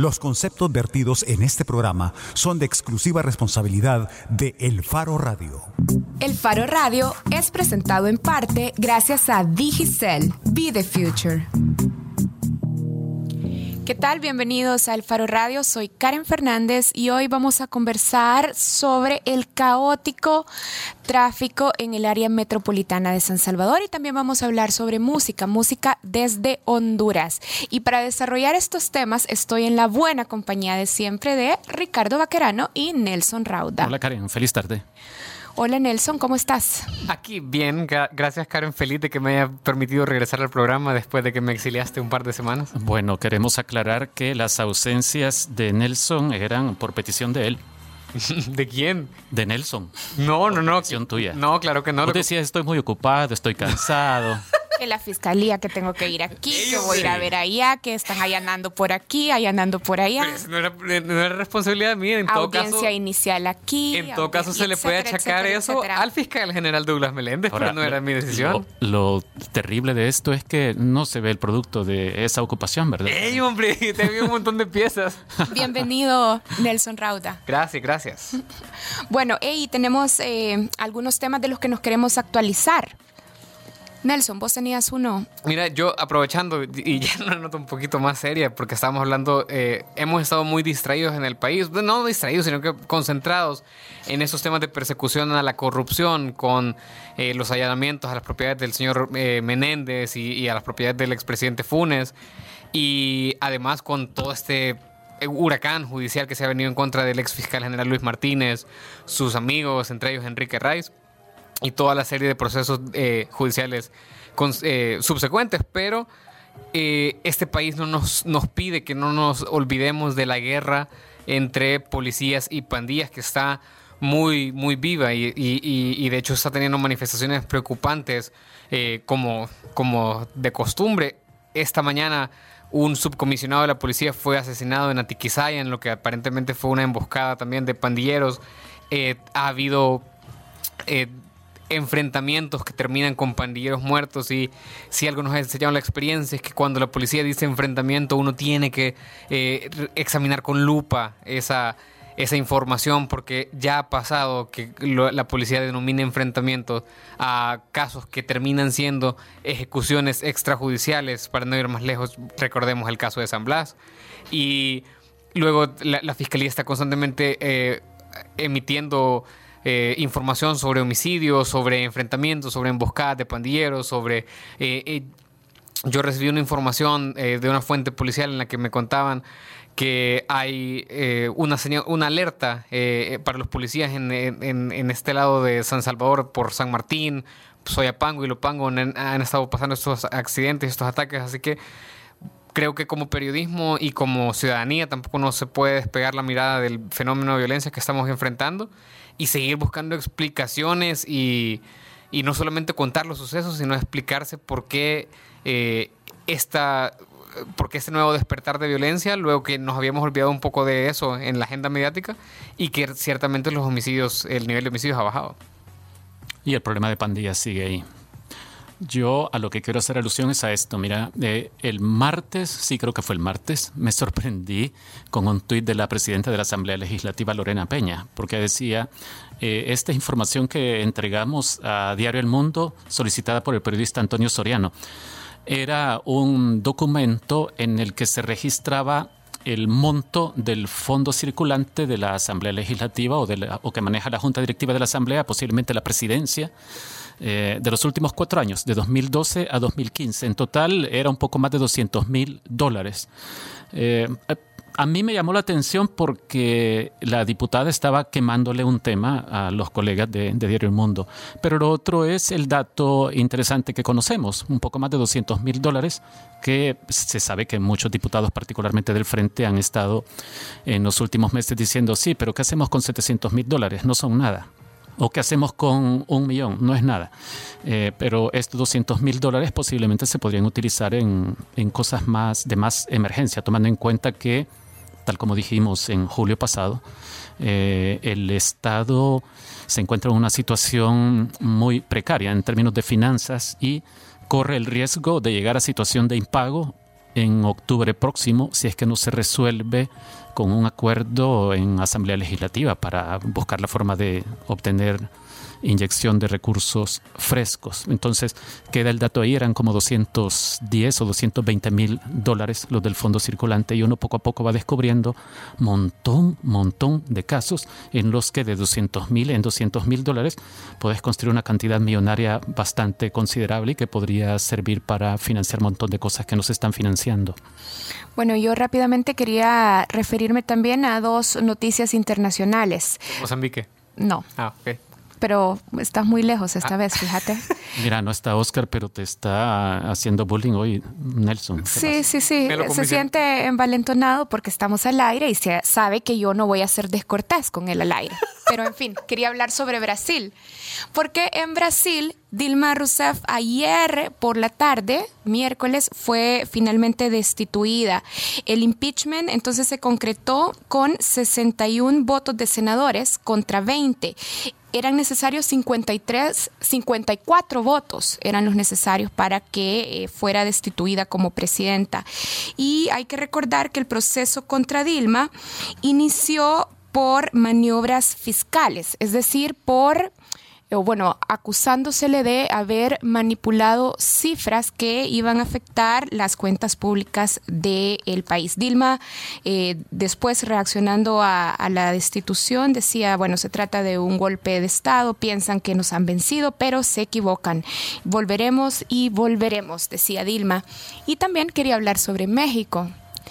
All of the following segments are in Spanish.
Los conceptos vertidos en este programa son de exclusiva responsabilidad de El Faro Radio. El Faro Radio es presentado en parte gracias a Digicel. Be the Future. ¿Qué tal? Bienvenidos a El Faro Radio. Soy Karen Fernández y hoy vamos a conversar sobre el caótico tráfico en el área metropolitana de San Salvador y también vamos a hablar sobre música desde Honduras. Y para desarrollar estos temas estoy en la buena compañía de siempre de Ricardo Vaquerano y Nelson Rauda. Hola Karen, feliz tarde. Hola Nelson, ¿cómo estás? Aquí bien, gracias Karen, feliz de que me haya permitido regresar al programa después de que me exiliaste un par de semanas. Bueno, queremos aclarar que las ausencias de Nelson eran por petición de él. ¿De quién? De Nelson. No. Petición tuya. No, claro que no. Vos decías, estoy muy ocupado, estoy cansado. Que la fiscalía, que tengo que ir aquí, que voy a ir a ver allá, que están allanando por aquí, allanando por allá. No era responsabilidad mía, en todo caso. Audiencia inicial aquí. En todo caso se le puede achacar eso al fiscal general Douglas Meléndez, pero no era mi decisión. Lo terrible de esto es que no se ve el producto de esa ocupación, ¿verdad? ¡Ey, hombre! Te vi un montón de piezas. Bienvenido, Nelson Rauda. Gracias. Bueno, tenemos algunos temas de los que nos queremos actualizar. Nelson, vos tenías uno. Mira, yo aprovechando, y ya una nota un poquito más seria, porque estábamos hablando, hemos estado muy distraídos en el país, no distraídos, sino que concentrados en esos temas de persecución a la corrupción, con los allanamientos a las propiedades del señor Menéndez y a las propiedades del expresidente Funes, y además con todo este huracán judicial que se ha venido en contra del ex fiscal general Luis Martínez, sus amigos, entre ellos Enrique Raiz, y toda la serie de procesos judiciales subsecuentes, pero este país no nos pide que no nos olvidemos de la guerra entre policías y pandillas, que está muy, muy viva y de hecho está teniendo manifestaciones preocupantes como de costumbre. Esta mañana un subcomisionado de la policía fue asesinado en Atiquizaya, en lo que aparentemente fue una emboscada también de pandilleros. Ha habido enfrentamientos que terminan con pandilleros muertos, y si algo nos ha enseñado la experiencia es que cuando la policía dice enfrentamiento uno tiene que examinar con lupa esa información, porque ya ha pasado que la policía denomina enfrentamientos a casos que terminan siendo ejecuciones extrajudiciales. Para no ir más lejos, recordemos el caso de San Blas, y luego la fiscalía está constantemente emitiendo información sobre homicidios, sobre enfrentamientos, sobre emboscadas de pandilleros, sobre... yo recibí una información de una fuente policial en la que me contaban que hay una alerta para los policías en este lado de San Salvador, por San Martín, Soyapango y Lopango, han estado pasando estos accidentes, estos ataques, así que creo que como periodismo y como ciudadanía tampoco no se puede despegar la mirada del fenómeno de violencia que estamos enfrentando y seguir buscando explicaciones y no solamente contar los sucesos, sino explicarse por qué este nuevo despertar de violencia, luego que nos habíamos olvidado un poco de eso en la agenda mediática, y que ciertamente el nivel de homicidios ha bajado. Y el problema de pandillas sigue ahí. Yo a lo que quiero hacer alusión es a esto. Mira, el martes, sí creo que fue el martes, me sorprendí con un tuit de la presidenta de la Asamblea Legislativa, Lorena Peña, porque decía, esta información que entregamos a Diario El Mundo, solicitada por el periodista Antonio Soriano, era un documento en el que se registraba el monto del fondo circulante de la Asamblea Legislativa o que maneja la Junta Directiva de la Asamblea, posiblemente la presidencia, de los últimos 4 años, de 2012 a 2015. En total era un poco más de $200,000. A mí me llamó la atención porque la diputada estaba quemándole un tema a los colegas de Diario El Mundo. Pero lo otro es el dato interesante que conocemos, un poco más de $200,000, que se sabe que muchos diputados, particularmente del Frente, han estado en los últimos meses diciendo, sí, pero ¿qué hacemos con $700,000? No son nada. ¿O qué hacemos con 1,000,000? No es nada. Pero estos $200,000 posiblemente se podrían utilizar en cosas de más emergencia, tomando en cuenta que, tal como dijimos en julio pasado, el Estado se encuentra en una situación muy precaria en términos de finanzas y corre el riesgo de llegar a situación de impago en octubre próximo si es que no se resuelve con un acuerdo en Asamblea Legislativa para buscar la forma de obtener inyección de recursos frescos. Entonces, queda el dato ahí, eran como 210 o 220 mil dólares los del fondo circulante, y uno poco a poco va descubriendo montón de casos en los que de 200 mil en 200 mil dólares puedes construir una cantidad millonaria bastante considerable y que podría servir para financiar un montón de cosas que no se están financiando. Bueno, yo rápidamente quería referirme también a dos noticias internacionales. ¿Mozambique? No. Ok. Pero estás muy lejos esta vez, fíjate. Mira, no está Oscar, pero te está haciendo bullying hoy, Nelson. Sí. Se siente envalentonado porque estamos al aire y se sabe que yo no voy a ser descortés con él al aire. Pero en fin, quería hablar sobre Brasil. Porque en Brasil, Dilma Rousseff ayer por la tarde, miércoles, fue finalmente destituida. El impeachment entonces se concretó con 61 votos de senadores contra 20. Eran necesarios 54 votos, eran los necesarios para que fuera destituida como presidenta. Y hay que recordar que el proceso contra Dilma inició por maniobras fiscales, es decir, acusándosele de haber manipulado cifras que iban a afectar las cuentas públicas del país. Dilma, después reaccionando a la destitución, decía, se trata de un golpe de Estado, piensan que nos han vencido, pero se equivocan. Volveremos y volveremos, decía Dilma. Y también quería hablar sobre México.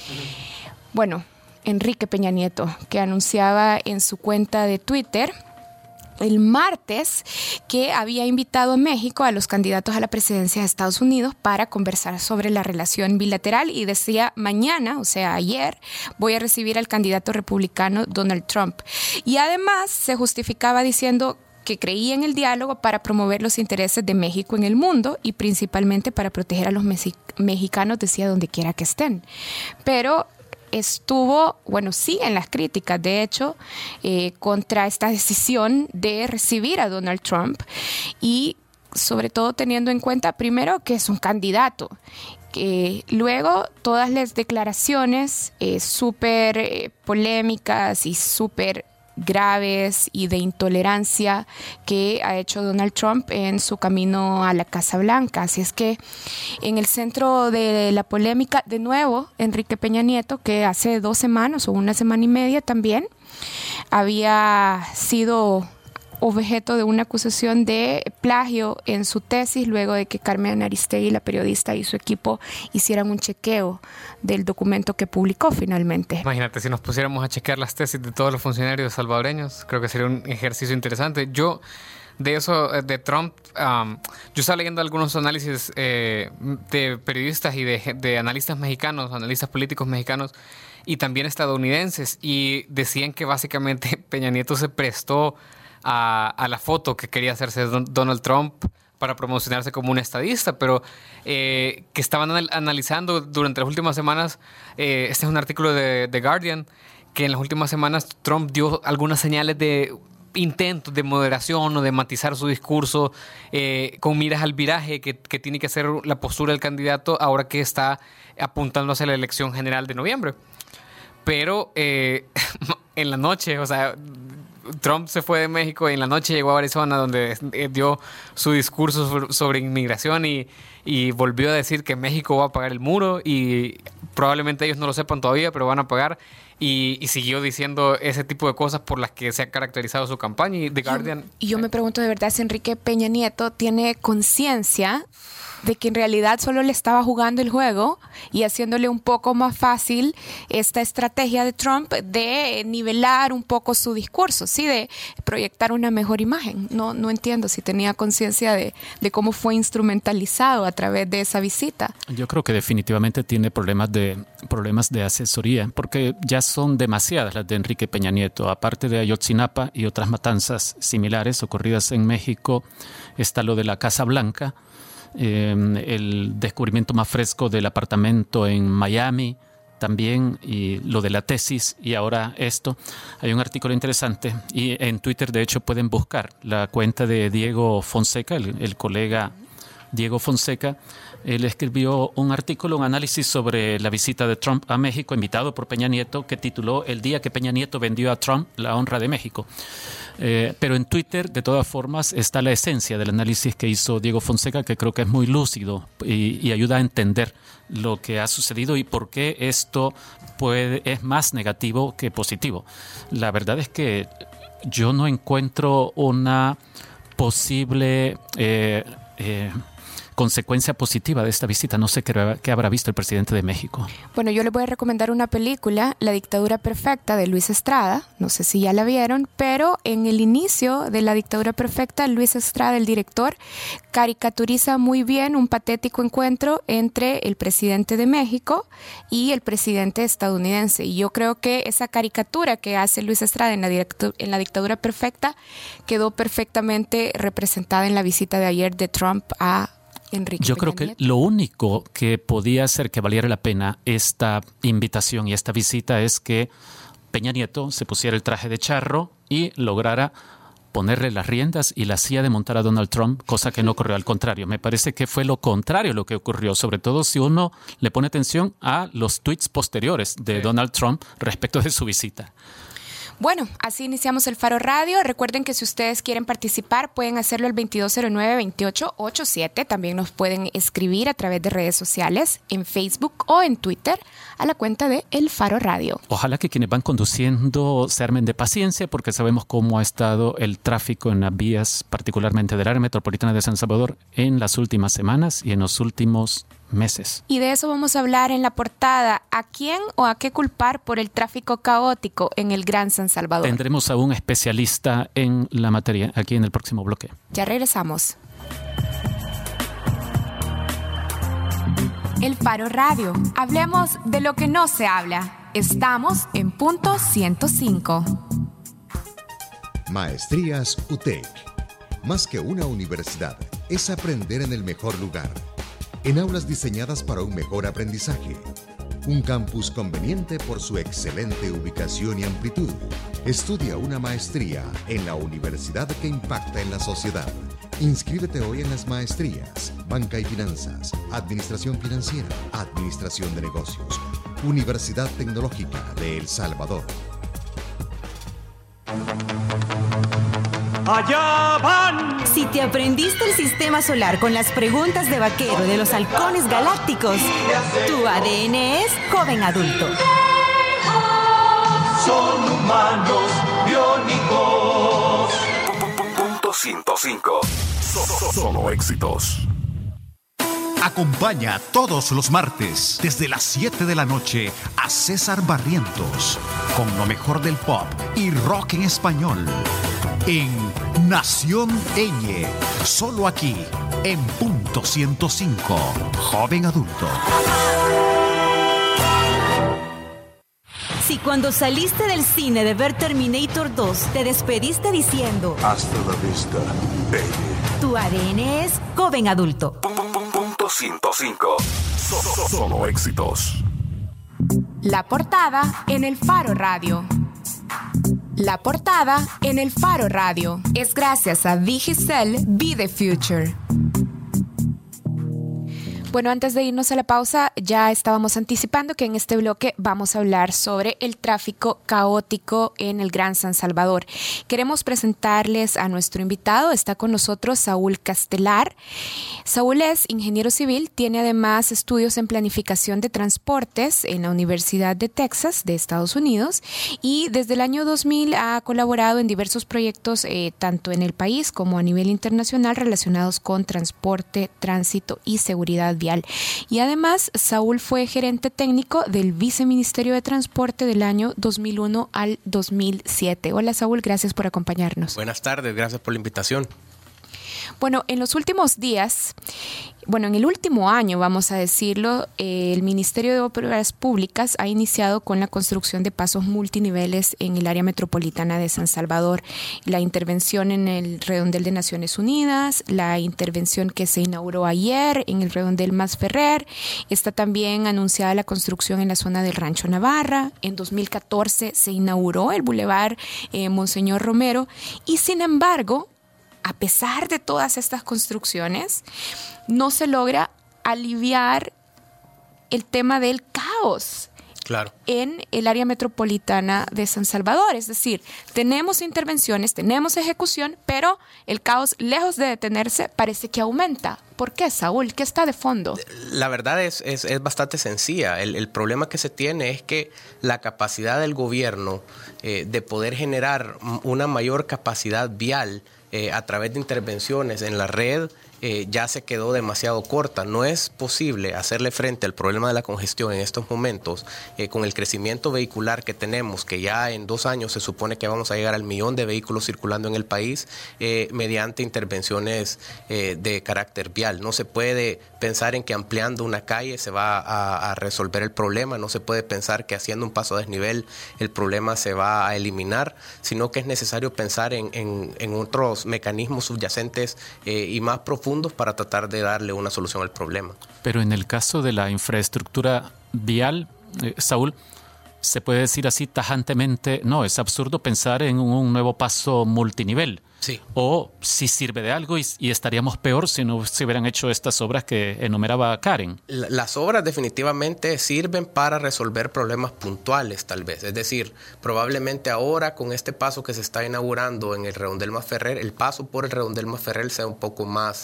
Enrique Peña Nieto, que anunciaba en su cuenta de Twitter el martes que había invitado a México a los candidatos a la presidencia de Estados Unidos para conversar sobre la relación bilateral, y decía, mañana, o sea, ayer, voy a recibir al candidato republicano Donald Trump. Y además se justificaba diciendo que creía en el diálogo para promover los intereses de México en el mundo y principalmente para proteger a los mexicanos, decía, donde quiera que estén. Pero siguen las críticas, de hecho, contra esta decisión de recibir a Donald Trump, y sobre todo teniendo en cuenta, primero, que es un candidato. Luego, todas las declaraciones súper polémicas y súper graves y de intolerancia que ha hecho Donald Trump en su camino a la Casa Blanca. Así es que en el centro de la polémica, de nuevo, Enrique Peña Nieto, que hace 2 semanas o 1 semana y media también había sido objeto de una acusación de plagio en su tesis, luego de que Carmen Aristegui, la periodista, y su equipo hicieran un chequeo del documento que publicó finalmente. Imagínate, si nos pusiéramos a chequear las tesis de todos los funcionarios salvadoreños, creo que sería un ejercicio interesante. Yo, de eso, de Trump, yo estaba leyendo algunos análisis de periodistas y de analistas mexicanos, analistas políticos mexicanos y también estadounidenses, y decían que básicamente Peña Nieto se prestó a la foto que quería hacerse Donald Trump para promocionarse como un estadista, pero que estaban analizando durante las últimas semanas. Este es un artículo de The Guardian, que en las últimas semanas Trump dio algunas señales de intentos de moderación o de matizar su discurso con miras al viraje que tiene que hacer la postura del candidato ahora que está apuntando hacia la elección general de noviembre. Pero en la noche, Trump se fue de México y en la noche llegó a Arizona, donde dio su discurso sobre inmigración y volvió a decir que México va a pagar el muro, y probablemente ellos no lo sepan todavía, pero van a pagar, y siguió diciendo ese tipo de cosas por las que se ha caracterizado su campaña. Y The Guardian... Yo me pregunto de verdad si Enrique Peña Nieto tiene conciencia de que en realidad solo le estaba jugando el juego y haciéndole un poco más fácil esta estrategia de Trump de nivelar un poco su discurso, ¿sí? De proyectar una mejor imagen. No entiendo si tenía conciencia de cómo fue instrumentalizado a través de esa visita. Yo creo que definitivamente tiene problemas de asesoría, porque ya son demasiadas las de Enrique Peña Nieto. Aparte de Ayotzinapa y otras matanzas similares ocurridas en México, está lo de la Casa Blanca, el descubrimiento más fresco del apartamento en Miami también, y lo de la tesis, y ahora esto. Hay un artículo interesante, y en Twitter de hecho pueden buscar la cuenta de Diego Fonseca, el colega Diego Fonseca, Él escribió un artículo, un análisis sobre la visita de Trump a México, invitado por Peña Nieto, que tituló El día que Peña Nieto vendió a Trump la honra de México. Pero en Twitter, de todas formas, está la esencia del análisis que hizo Diego Fonseca, que creo que es muy lúcido y ayuda a entender lo que ha sucedido y por qué esto es más negativo que positivo. La verdad es que yo no encuentro una posible consecuencia positiva de esta visita. No sé qué habrá visto el presidente de México. Bueno, yo les voy a recomendar una película, La dictadura perfecta, de Luis Estrada. No sé si ya la vieron, pero en el inicio de La dictadura perfecta, Luis Estrada, el director, caricaturiza muy bien un patético encuentro entre el presidente de México y el presidente estadounidense. Y yo creo que esa caricatura que hace Luis Estrada en la dictadura perfecta quedó perfectamente representada en la visita de ayer de Trump a Enrique Yo Peña creo que Nieto. lo único que podía hacer que valiera la pena esta invitación y esta visita es que Peña Nieto se pusiera el traje de charro y lograra ponerle las riendas y la silla de montar a Donald Trump, cosa que no ocurrió. Al contrario, me parece que fue lo contrario lo que ocurrió, sobre todo si uno le pone atención a los tweets posteriores de Donald Trump respecto de su visita. Bueno, así iniciamos el Faro Radio. Recuerden que si ustedes quieren participar, pueden hacerlo al 2209-2887. También nos pueden escribir a través de redes sociales, en Facebook o en Twitter, a la cuenta de El Faro Radio. Ojalá que quienes van conduciendo se armen de paciencia, porque sabemos cómo ha estado el tráfico en las vías, particularmente del área metropolitana de San Salvador, en las últimas semanas y en los últimos meses. Y de eso vamos a hablar en la portada. ¿A quién o a qué culpar por el tráfico caótico en el Gran San Salvador? Tendremos a un especialista en la materia aquí en el próximo bloque. Ya regresamos. El Faro Radio. Hablemos de lo que no se habla. Estamos en punto 105. Maestrías UTEC. Más que una universidad, es aprender en el mejor lugar. En aulas diseñadas para un mejor aprendizaje. Un campus conveniente por su excelente ubicación y amplitud. Estudia una maestría en la universidad que impacta en la sociedad. Inscríbete hoy en las maestrías: Banca y Finanzas, Administración Financiera, Administración de Negocios. Universidad Tecnológica de El Salvador. ¡Allá van! Si te aprendiste el sistema solar con las preguntas de vaquero de los halcones galácticos, tu ADN es joven adulto. Son humanos biónicos. Punto 105. Solo éxitos. Acompaña todos los martes desde las 7 de la noche a César Barrientos con lo mejor del pop y rock en español en Nación Eñe, solo aquí en punto 105, joven adulto. Si cuando saliste del cine de ver Terminator 2 te despediste diciendo Hasta la vista, baby. tu ADN es joven adulto. Punto 105. Solo éxitos. La portada en el Faro Radio. La portada en el Faro Radio es gracias a Digicel Be the Future. Bueno, antes de irnos a la pausa, ya estábamos anticipando que en este bloque vamos a hablar sobre el tráfico caótico en el Gran San Salvador. Queremos presentarles a nuestro invitado. Está con nosotros Saúl Castelar. Saúl es ingeniero civil, tiene además estudios en planificación de transportes en la Universidad de Texas de Estados Unidos y desde el año 2000 ha colaborado en diversos proyectos tanto en el país como a nivel internacional relacionados con transporte, tránsito y seguridad vial. Y además, Saúl fue gerente técnico del Viceministerio de Transporte del año 2001 al 2007. Hola, Saúl, gracias por acompañarnos. Buenas tardes, gracias por la invitación. Bueno, en los últimos días, en el último año, vamos a decirlo, el Ministerio de Obras Públicas ha iniciado con la construcción de pasos multiniveles en el área metropolitana de San Salvador. La intervención en el redondel de Naciones Unidas, la intervención que se inauguró ayer en el redondel Masferrer, está también anunciada la construcción en la zona del Rancho Navarra. En 2014 se inauguró el Boulevard Monseñor Romero y, sin embargo, a pesar de todas estas construcciones, no se logra aliviar el tema del caos. Claro. En el área metropolitana de San Salvador. Es decir, tenemos intervenciones, tenemos ejecución, pero el caos, lejos de detenerse, parece que aumenta. ¿Por qué, Saúl? ¿Qué está de fondo? La verdad es bastante sencilla. El problema que se tiene es que la capacidad del gobierno de poder generar una mayor capacidad vial a través de intervenciones en la red ya se quedó demasiado corta. No es posible hacerle frente al problema de la congestión en estos momentos con el crecimiento vehicular que tenemos, que ya en 2 años se supone que vamos a llegar al 1.000.000 de vehículos circulando en el país mediante intervenciones de carácter vial. No se puede pensar en que ampliando una calle se va a resolver el problema, no se puede pensar que haciendo un paso a desnivel el problema se va a eliminar, sino que es necesario pensar en otros mecanismos subyacentes y más profundos para tratar de darle una solución al problema. Pero en el caso de la infraestructura vial, Saúl, se puede decir así tajantemente, no, es absurdo pensar en un nuevo paso multinivel. Sí. O si sirve de algo y estaríamos peor si no se hubieran hecho estas obras que enumeraba Karen. Las obras definitivamente sirven para resolver problemas puntuales, tal vez. Es decir, probablemente ahora con este paso que se está inaugurando en el Redondel Masferrer, el paso por el Redondel Masferrer sea un poco más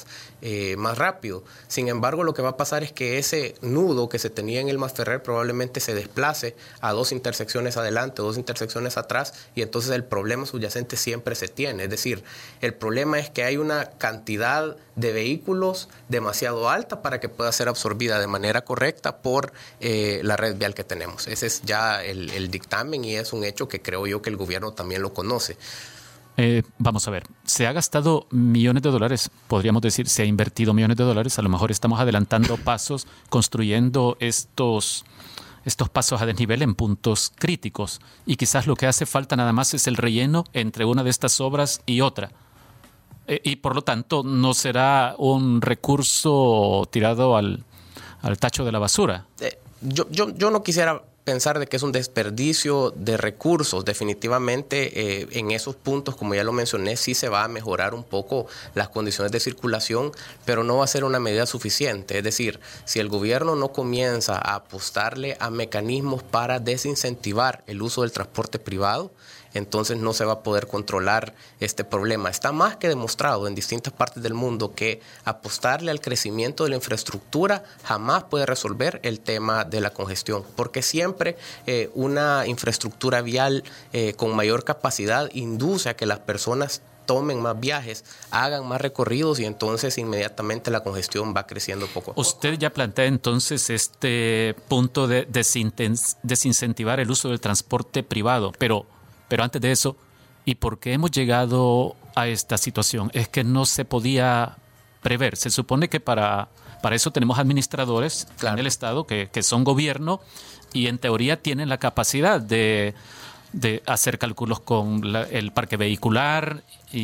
rápido. Sin embargo, lo que va a pasar es que ese nudo que se tenía en el Masferrer probablemente se desplace a 2 intersecciones adelante, 2 intersecciones atrás, y entonces el problema subyacente siempre se tiene. Es decir, el problema es que hay una cantidad de vehículos demasiado alta para que pueda ser absorbida de manera correcta por la red vial que tenemos. Ese es ya el dictamen y es un hecho que creo yo que el gobierno también lo conoce. Vamos a ver, se ha gastado millones de dólares, podríamos decir, se ha invertido millones de dólares, a lo mejor estamos adelantando pasos, construyendo estos pasos a desnivel en puntos críticos y quizás lo que hace falta nada más es el relleno entre una de estas obras y otra. Y por lo tanto no será un recurso tirado al tacho de la basura. Yo no quisiera pensar de que es un desperdicio de recursos. Definitivamente en esos puntos, como ya lo mencioné, sí se va a mejorar un poco las condiciones de circulación, pero no va a ser una medida suficiente. Es decir, si el gobierno no comienza a apostarle a mecanismos para desincentivar el uso del transporte privado, entonces no se va a poder controlar este problema. Está más que demostrado en distintas partes del mundo que apostarle al crecimiento de la infraestructura jamás puede resolver el tema de la congestión, porque siempre una infraestructura vial con mayor capacidad induce a que las personas tomen más viajes, hagan más recorridos y entonces inmediatamente la congestión va creciendo poco a poco. Usted ya plantea entonces este punto de desincentivar el uso del transporte privado, pero antes de eso, ¿y por qué hemos llegado a esta situación? Es que no se podía prever. Se supone que para eso tenemos administradores en el Estado que son gobierno y en teoría tienen la capacidad de hacer cálculos con el parque vehicular.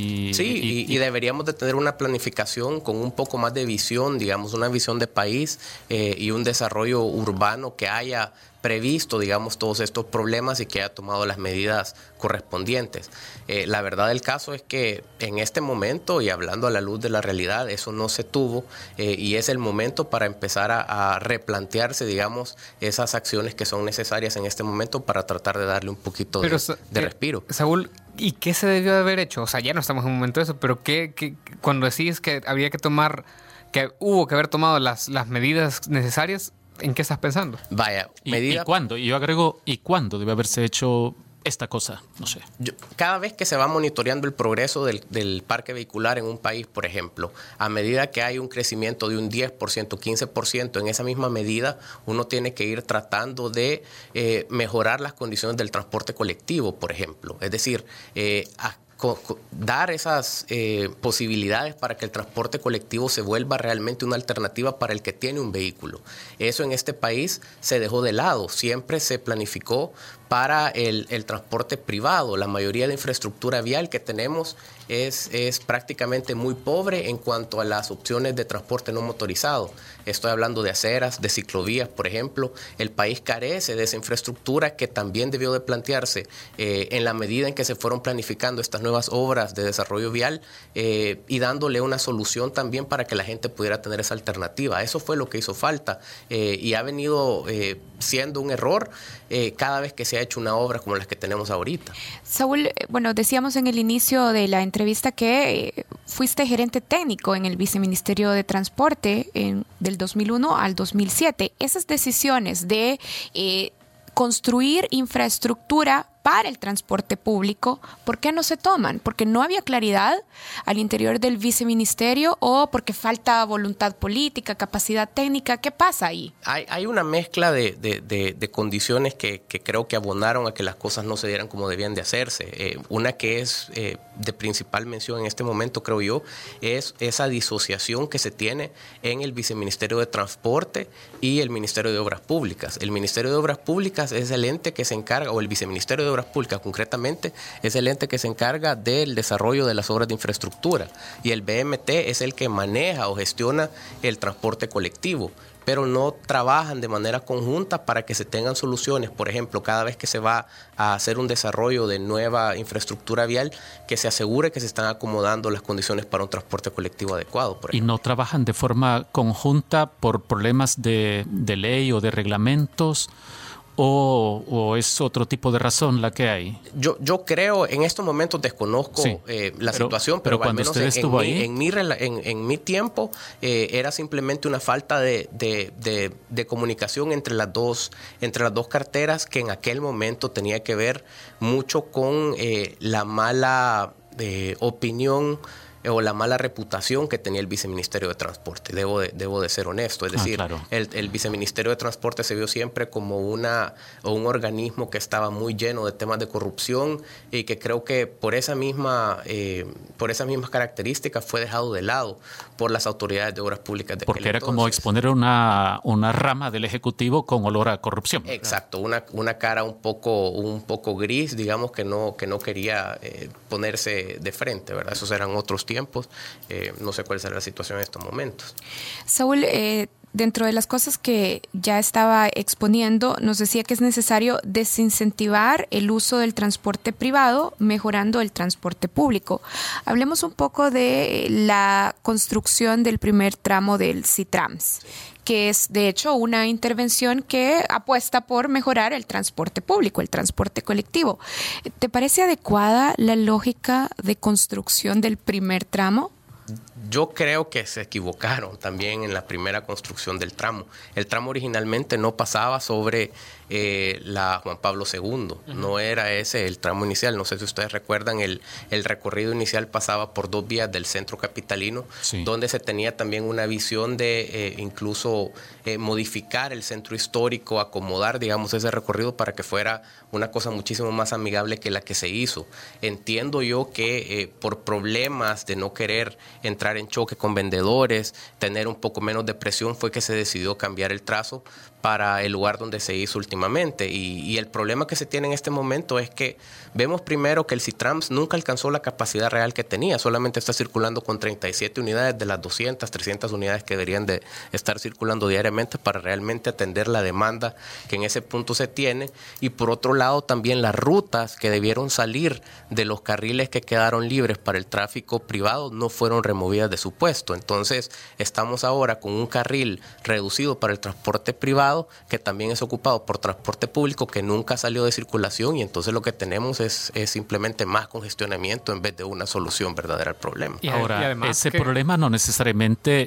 Y deberíamos de tener una planificación con un poco más de visión, digamos, una visión de país y un desarrollo urbano que haya previsto, digamos, todos estos problemas y que haya tomado las medidas correspondientes. La verdad del caso es que en este momento, y hablando a la luz de la realidad, eso no se tuvo y es el momento para empezar a replantearse, digamos, esas acciones que son necesarias en este momento para tratar de darle un poquito de respiro. Saúl, ¿y qué se debió de haber hecho? O sea, ya no estamos en un momento de eso, pero ¿qué cuando decís que había que tomar, que hubo que haber tomado las medidas necesarias, ¿en qué estás pensando? Vaya, ¿Y cuándo? Y yo agrego, ¿y cuándo debe haberse hecho esta cosa? No sé. Cada vez que se va monitoreando el progreso del parque vehicular en un país, por ejemplo, a medida que hay un crecimiento de un 10%, 15%, en esa misma medida uno tiene que ir tratando de mejorar las condiciones del transporte colectivo, por ejemplo. Es decir, dar esas posibilidades para que el transporte colectivo se vuelva realmente una alternativa para el que tiene un vehículo. Eso en este país se dejó de lado. Siempre se planificó para el transporte privado. La mayoría de infraestructura vial que tenemos es prácticamente muy pobre en cuanto a las opciones de transporte no motorizado. Estoy hablando de aceras, de ciclovías, por ejemplo. El país carece de esa infraestructura que también debió de plantearse en la medida en que se fueron planificando estas nuevas obras de desarrollo vial y dándole una solución también para que la gente pudiera tener esa alternativa. Eso fue lo que hizo falta y ha venido siendo un error cada vez que se ha hecho una obra como las que tenemos ahorita. Saúl, bueno, decíamos en el inicio de la entrevista que fuiste gerente técnico en el Viceministerio de Transporte del 2001 al 2007. Esas decisiones de construir infraestructura para el transporte público, ¿por qué no se toman? ¿Porque no había claridad al interior del viceministerio o porque falta voluntad política, capacidad técnica? ¿Qué pasa ahí? Hay una mezcla de condiciones que creo que abonaron a que las cosas no se dieran como debían de hacerse. Una que es de principal mención en este momento, creo yo, es esa disociación que se tiene en el Viceministerio de Transporte y el Ministerio de Obras Públicas. El Ministerio de Obras Públicas es el ente que se encarga, o el Viceministerio de Obras Públicas concretamente, es el ente que se encarga del desarrollo de las obras de infraestructura, y el BMT es el que maneja o gestiona el transporte colectivo, pero no trabajan de manera conjunta para que se tengan soluciones. Por ejemplo, cada vez que se va a hacer un desarrollo de nueva infraestructura vial, que se asegure que se están acomodando las condiciones para un transporte colectivo adecuado. ¿Y no trabajan de forma conjunta por problemas de ley o de reglamentos? ¿O es otro tipo de razón la que hay? Yo creo, en estos momentos desconozco la situación, pero al menos en mi tiempo era simplemente una falta de comunicación entre las dos carteras, que en aquel momento tenía que ver mucho con la mala opinión o la mala reputación que tenía el Viceministerio de Transporte. Debo de ser honesto. Es decir, claro. el Viceministerio de Transporte se vio siempre como un organismo que estaba muy lleno de temas de corrupción y que creo que por esas mismas características fue dejado de lado por las autoridades de obras públicas de aquel Porque era entonces. como exponer una rama del Ejecutivo con olor a corrupción. Exacto, una cara un poco gris, digamos, que no quería ponerse de frente, ¿verdad? Esos eran otros tiempos. No sé cuál será la situación en estos momentos. Saúl, dentro de las cosas que ya estaba exponiendo, nos decía que es necesario desincentivar el uso del transporte privado, mejorando el transporte público. Hablemos un poco de la construcción del primer tramo del CITRAMS, que es de hecho una intervención que apuesta por mejorar el transporte público, el transporte colectivo. ¿Te parece adecuada la lógica de construcción del primer tramo? Yo creo que se equivocaron también en la primera construcción del tramo. El tramo originalmente no pasaba sobre la Juan Pablo II. No era ese el tramo inicial. No sé si ustedes recuerdan, el recorrido inicial pasaba por 2 vías del centro capitalino, donde se tenía también una visión de incluso modificar el centro histórico, acomodar, digamos, ese recorrido para que fuera una cosa muchísimo más amigable que la que se hizo. Entiendo yo que por problemas de no querer entrar en choque con vendedores, tener un poco menos de presión, fue que se decidió cambiar el trazo para el lugar donde se hizo últimamente. Y el problema que se tiene en este momento es que vemos primero que el CITRAMS nunca alcanzó la capacidad real que tenía, solamente está circulando con 37 unidades de las 200, 300 unidades que deberían de estar circulando diariamente para realmente atender la demanda que en ese punto se tiene. Y por otro lado también las rutas que debieron salir de los carriles que quedaron libres para el tráfico privado no fueron removidas de su puesto. Entonces estamos ahora con un carril reducido para el transporte privado, que también es ocupado por transporte público, que nunca salió de circulación, y entonces lo que tenemos es simplemente más congestionamiento en vez de una solución verdadera al problema. Y ahora, ese problema no necesariamente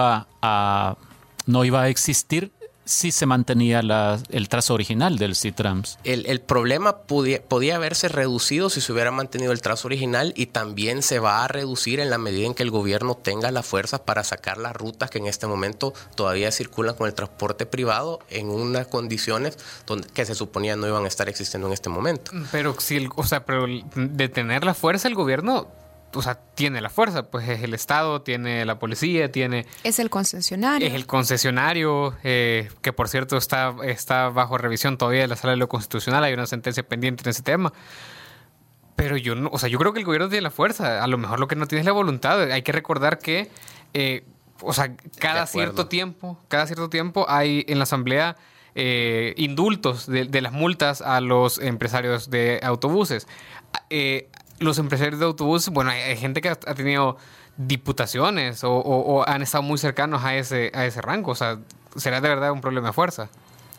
no iba a existir si se mantenía el trazo original del CITRAMS. El problema podía haberse reducido si se hubiera mantenido el trazo original, y también se va a reducir en la medida en que el gobierno tenga la fuerza para sacar las rutas que en este momento todavía circulan con el transporte privado en unas condiciones que se suponía no iban a estar existiendo en este momento. Pero pero de tener la fuerza el gobierno, tiene la fuerza, pues es el Estado, tiene la policía, es el concesionario. Es el concesionario, que por cierto está bajo revisión todavía de la Sala de lo Constitucional, hay una sentencia pendiente en ese tema. Pero yo creo que el gobierno tiene la fuerza, a lo mejor lo que no tiene es la voluntad. Hay que recordar que cada cierto tiempo hay en la Asamblea indultos de las multas a los empresarios de autobuses. Los empresarios de autobuses, bueno, hay gente que ha tenido diputaciones o han estado muy cercanos a ese rango. O sea, ¿será de verdad un problema de fuerza?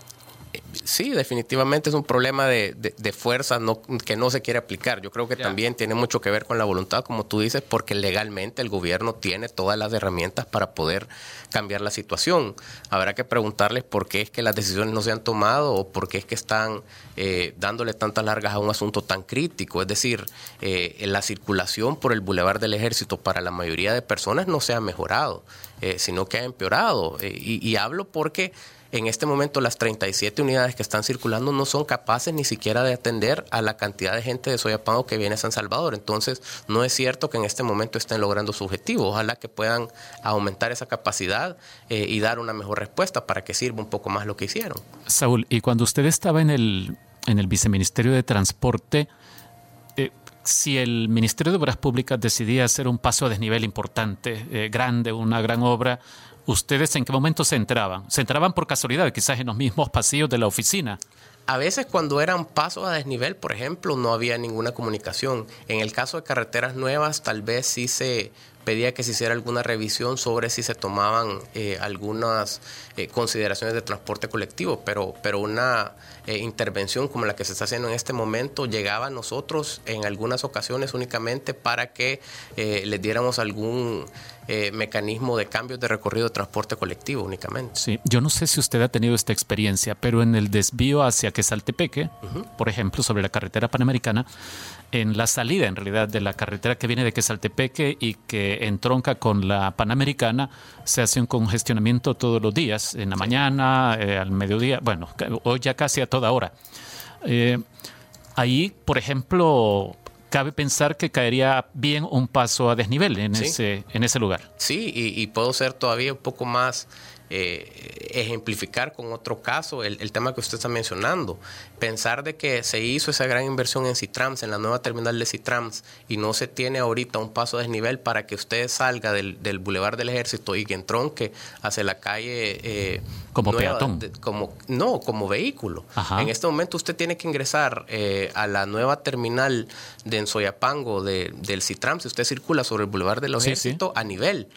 Sí, definitivamente es un problema de fuerza que no se quiere aplicar. Yo creo que también tiene mucho que ver con la voluntad, como tú dices, porque legalmente el gobierno tiene todas las herramientas para poder cambiar la situación. Habrá que preguntarles por qué es que las decisiones no se han tomado o por qué es que están dándole tantas largas a un asunto tan crítico. Es decir, la circulación por el Boulevard del Ejército para la mayoría de personas no se ha mejorado, sino que ha empeorado. Y hablo porque en este momento las 37 unidades que están circulando no son capaces ni siquiera de atender a la cantidad de gente de Soyapango que viene a San Salvador. Entonces, no es cierto que en este momento estén logrando su objetivo. Ojalá que puedan aumentar esa capacidad y dar una mejor respuesta para que sirva un poco más lo que hicieron. Saúl, y cuando usted estaba en el Viceministerio de Transporte, si el Ministerio de Obras Públicas decidía hacer un paso a desnivel importante, grande, una gran obra, ¿ustedes en qué momento se enteraban? ¿Se enteraban por casualidad, quizás en los mismos pasillos de la oficina? A veces cuando eran pasos a desnivel, por ejemplo, no había ninguna comunicación. En el caso de carreteras nuevas, tal vez sí se pedía que se hiciera alguna revisión sobre si se tomaban algunas consideraciones de transporte colectivo, pero una intervención como la que se está haciendo en este momento llegaba a nosotros en algunas ocasiones únicamente para que les diéramos algún mecanismo de cambios de recorrido de transporte colectivo únicamente. Sí, yo no sé si usted ha tenido esta experiencia, pero en el desvío hacia Quesaltepeque, por ejemplo, sobre la carretera Panamericana, en la salida en realidad de la carretera que viene de Quesaltepeque y que entronca con la Panamericana, se hace un congestionamiento todos los días, en la mañana, al mediodía, bueno, hoy ya casi a toda hora. Ahí, por ejemplo, cabe pensar que caería bien un paso a desnivel en ese lugar. Sí, y puedo ser todavía un poco más ejemplificar con otro caso el tema que usted está mencionando. Pensar de que se hizo esa gran inversión en Citrams, en la nueva terminal de Citrams, y no se tiene ahorita un paso a desnivel para que usted salga del Boulevard del Ejército y que entronque hacia la calle como nueva, peatón. Como vehículo. Ajá. En este momento usted tiene que ingresar a la nueva terminal de Soyapango del Citrams. Si usted circula sobre el Boulevard del Ejército a nivel.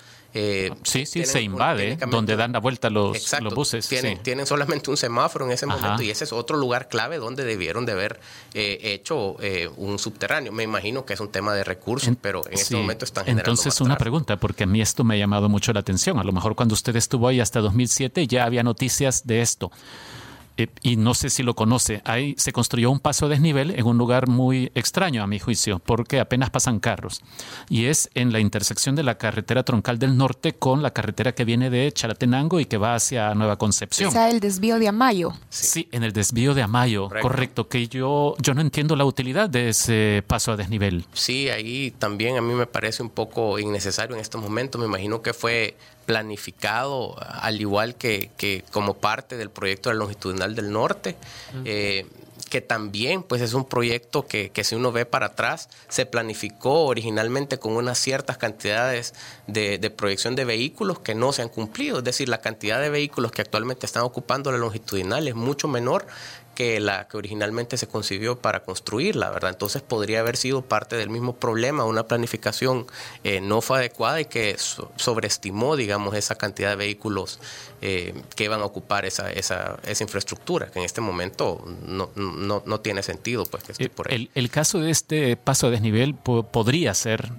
Se invade, donde dan la vuelta los buses. Tienen solamente un semáforo en ese momento, y ese es otro lugar clave donde debieron de haber hecho un subterráneo. Me imagino que es un tema de recursos, pero en este momento están generando Entonces, más una tráfico. pregunta, porque a mí esto me ha llamado mucho la atención. A lo mejor cuando usted estuvo ahí hasta 2007 ya había noticias de esto. Y no sé si lo conoce, ahí se construyó un paso a desnivel en un lugar muy extraño a mi juicio, porque apenas pasan carros. Y es en la intersección de la carretera troncal del norte con la carretera que viene de Chalatenango y que va hacia Nueva Concepción. O sea, el desvío de Amayo. Sí, en el desvío de Amayo, correcto, que yo no entiendo la utilidad de ese paso a desnivel. Sí, ahí también a mí me parece un poco innecesario en estos momentos. Me imagino que fue planificado, al igual que como parte del proyecto de la longitudinal del norte, que también pues es un proyecto que si uno ve para atrás, se planificó originalmente con unas ciertas cantidades de proyección de vehículos que no se han cumplido. Es decir, la cantidad de vehículos que actualmente están ocupando la longitudinal es mucho menor que la que originalmente se concibió para construirla, ¿verdad? Entonces podría haber sido parte del mismo problema, una planificación no fue adecuada y que sobreestimó, digamos, esa cantidad de vehículos que iban a ocupar esa infraestructura, que en este momento no tiene sentido, pues, que esté por ahí. El caso de este paso a desnivel podría ser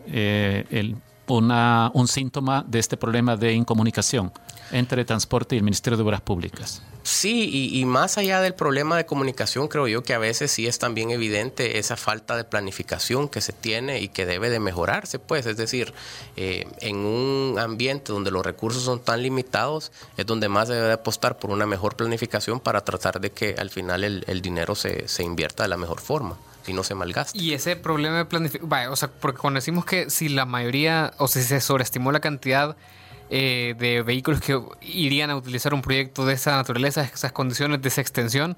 un síntoma de este problema de incomunicación entre Transporte y el Ministerio de Obras Públicas. Sí, y más allá del problema de comunicación, creo yo que a veces sí es también evidente esa falta de planificación que se tiene y que debe de mejorarse, pues. Es decir, en un ambiente donde los recursos son tan limitados, es donde más se debe de apostar por una mejor planificación para tratar de que al final el dinero se invierta de la mejor forma. se malgasta. Y ese problema de planificación, o sea, porque cuando decimos que si la mayoría, o si se sobreestimó la cantidad de vehículos que irían a utilizar un proyecto de esa naturaleza, esas condiciones, de esa extensión,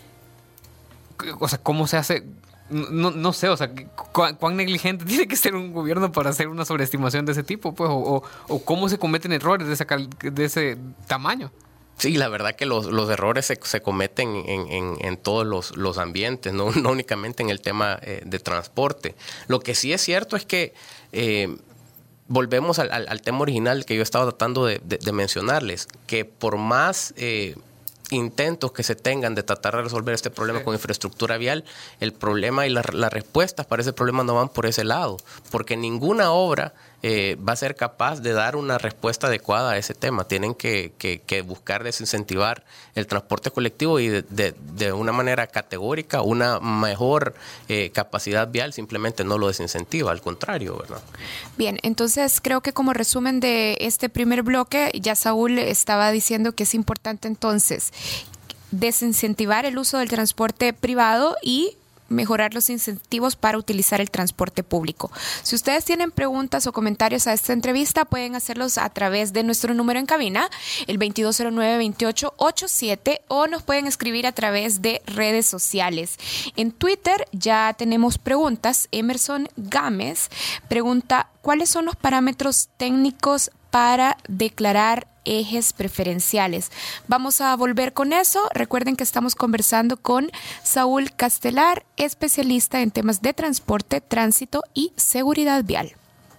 o sea, ¿cómo se hace? No sé, o sea, ¿cuán negligente tiene que ser un gobierno para hacer una sobreestimación de ese tipo? Pues, o cómo se cometen errores de ese tamaño. Sí, la verdad que los errores se cometen en todos los ambientes, no únicamente en el tema de transporte. Lo que sí es cierto es que volvemos al tema original que yo estaba tratando de mencionarles, que por más intentos que se tengan de tratar de resolver este problema con infraestructura vial, el problema y las respuestas para ese problema no van por ese lado, porque ninguna obra va a ser capaz de dar una respuesta adecuada a ese tema. Tienen que buscar desincentivar el transporte colectivo y de una manera categórica una mejor capacidad vial simplemente no lo desincentiva, al contrario, ¿verdad? Bien, entonces creo que como resumen de este primer bloque, ya Saúl estaba diciendo que es importante entonces desincentivar el uso del transporte privado y mejorar los incentivos para utilizar el transporte público. Si ustedes tienen preguntas o comentarios a esta entrevista, pueden hacerlos a través de nuestro número en cabina, el 2209-2887, o nos pueden escribir a través de redes sociales. En Twitter ya tenemos preguntas. Emerson Gámez pregunta: ¿cuáles son los parámetros técnicos para declarar ejes preferenciales? Vamos a volver con eso. Recuerden que estamos conversando con Saúl Castelar, especialista en temas de transporte, tránsito y seguridad vial.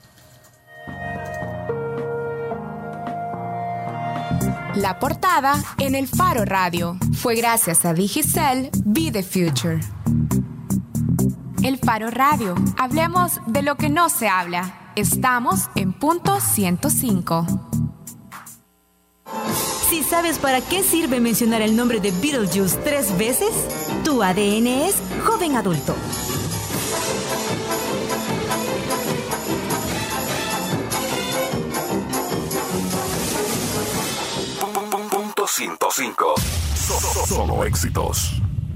La portada en el Faro Radio fue gracias a Digicel Be the Future. El Faro Radio. Hablemos de lo que no se habla. Estamos en punto 105. Si sabes para qué sirve mencionar el nombre de Beetlejuice 3 veces, tu ADN es joven adulto. Punto 105. Solo éxitos.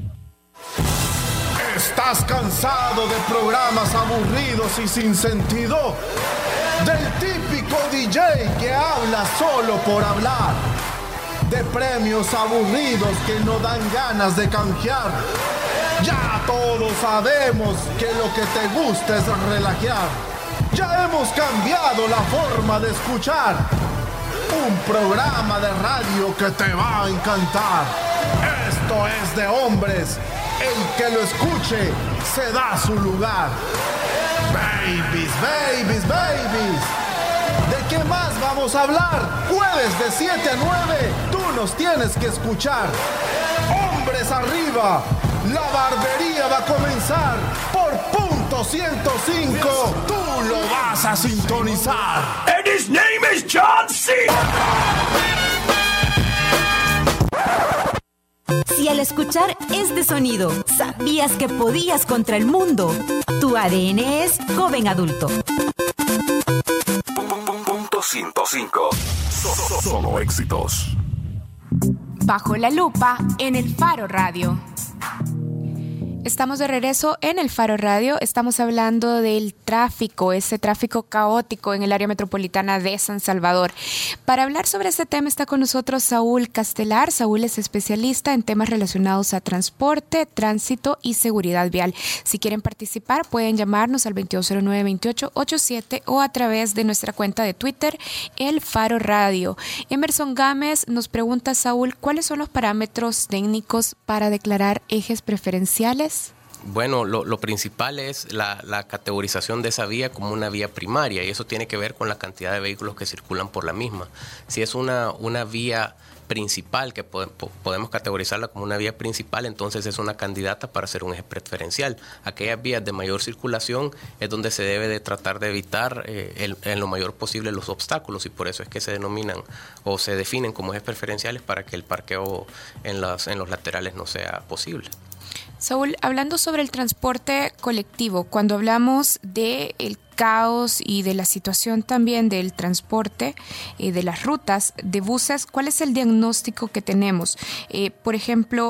¿Estás cansado de programas aburridos y sin sentido? Del típico DJ que habla solo por hablar. De premios aburridos que no dan ganas de canjear. Ya todos sabemos que lo que te gusta es relajar. Ya hemos cambiado la forma de escuchar. Un programa de radio que te va a encantar. Esto es de hombres. El que lo escuche se da su lugar. Babies, babies, babies. ¿De qué más vamos a hablar? Jueves de 7 a 9, tú nos tienes que escuchar. Hombres arriba, la barbería va a comenzar. Por punto 105, tú lo vas a sintonizar. And his name is John C. Si al escuchar este sonido sabías que podías contra el mundo, tu ADN es joven adulto. Punto 105. Solo éxitos. Bajo la lupa en el Faro Radio. Estamos de regreso en el Faro Radio. Estamos hablando del tráfico, ese tráfico caótico en el área metropolitana de San Salvador. Para hablar sobre este tema está con nosotros Saúl Castelar. Saúl es especialista en temas relacionados a transporte, tránsito y seguridad vial. Si quieren participar, pueden llamarnos al 2209-2887 o a través de nuestra cuenta de Twitter, el Faro Radio. Emerson Gámez nos pregunta, Saúl, ¿cuáles son los parámetros técnicos para declarar ejes preferenciales? Bueno, lo principal es la categorización de esa vía como una vía primaria, y eso tiene que ver con la cantidad de vehículos que circulan por la misma. Si es una vía principal, que podemos categorizarla como una vía principal, entonces es una candidata para ser un eje preferencial. Aquellas vías de mayor circulación es donde se debe de tratar de evitar en lo mayor posible los obstáculos, y por eso es que se denominan o se definen como ejes preferenciales, para que el parqueo en los laterales no sea posible. Saúl, hablando sobre el transporte colectivo, cuando hablamos del caos y de la situación también del transporte, de las rutas de buses, ¿cuál es el diagnóstico que tenemos? Por ejemplo,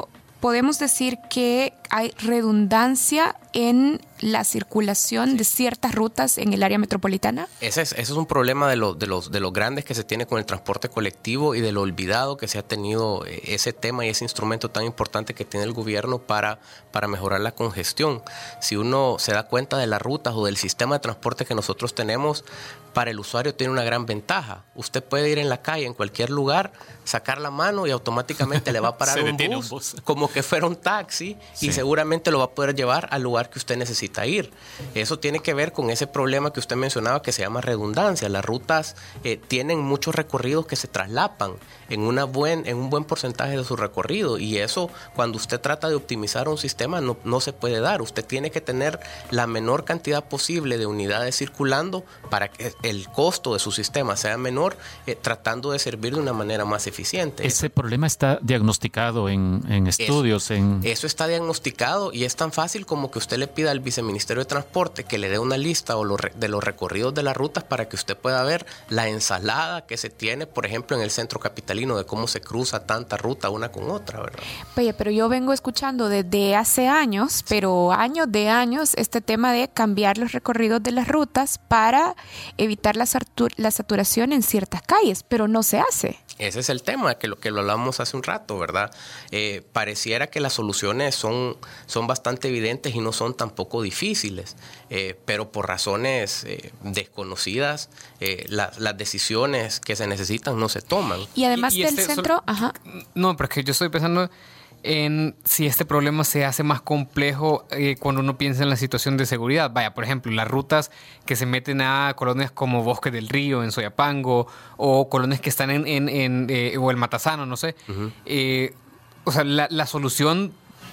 podemos decir que hay redundancia en la circulación de ciertas rutas en el área metropolitana. Ese es un problema de los grandes que se tiene con el transporte colectivo y de lo olvidado que se ha tenido ese tema y ese instrumento tan importante que tiene el gobierno para mejorar la congestión. Si uno se da cuenta de las rutas o del sistema de transporte que nosotros tenemos, para el usuario tiene una gran ventaja. Usted puede ir en la calle, en cualquier lugar, sacar la mano y automáticamente le va a parar un bus como que fuera un taxi, y seguramente lo va a poder llevar al lugar que usted necesita ir. Eso tiene que ver con ese problema que usted mencionaba que se llama redundancia. Las rutas tienen muchos recorridos que se traslapan en un buen porcentaje de su recorrido, y eso, cuando usted trata de optimizar un sistema, no se puede dar. Usted tiene que tener la menor cantidad posible de unidades circulando para que el costo de su sistema sea menor, tratando de servir de una manera más eficiente. Ese problema está diagnosticado en estudios. Eso está diagnosticado, y es tan fácil como que usted le pida al Viceministerio de Transporte que le dé una lista de los recorridos de las rutas para que usted pueda ver la ensalada que se tiene, por ejemplo, en el centro capitalino, de cómo se cruza tanta ruta una con otra, ¿verdad? Oye, pero yo vengo escuchando desde hace años, pero años de años, este tema de cambiar los recorridos de las rutas para evitar la saturación en ciertas calles, pero no se hace. Ese es el tema, que lo hablamos hace un rato, ¿verdad? Pareciera que las soluciones son bastante evidentes y no son tampoco difíciles, pero por razones desconocidas, las decisiones que se necesitan no se toman. Y además del centro... No, pero es que yo estoy pensando en si este problema se hace más complejo cuando uno piensa en la situación de seguridad. Vaya, por ejemplo, las rutas que se meten a colonias como Bosque del Río, en Soyapango, o colonias que están o el Matasano, no sé. Uh-huh. O sea, la solución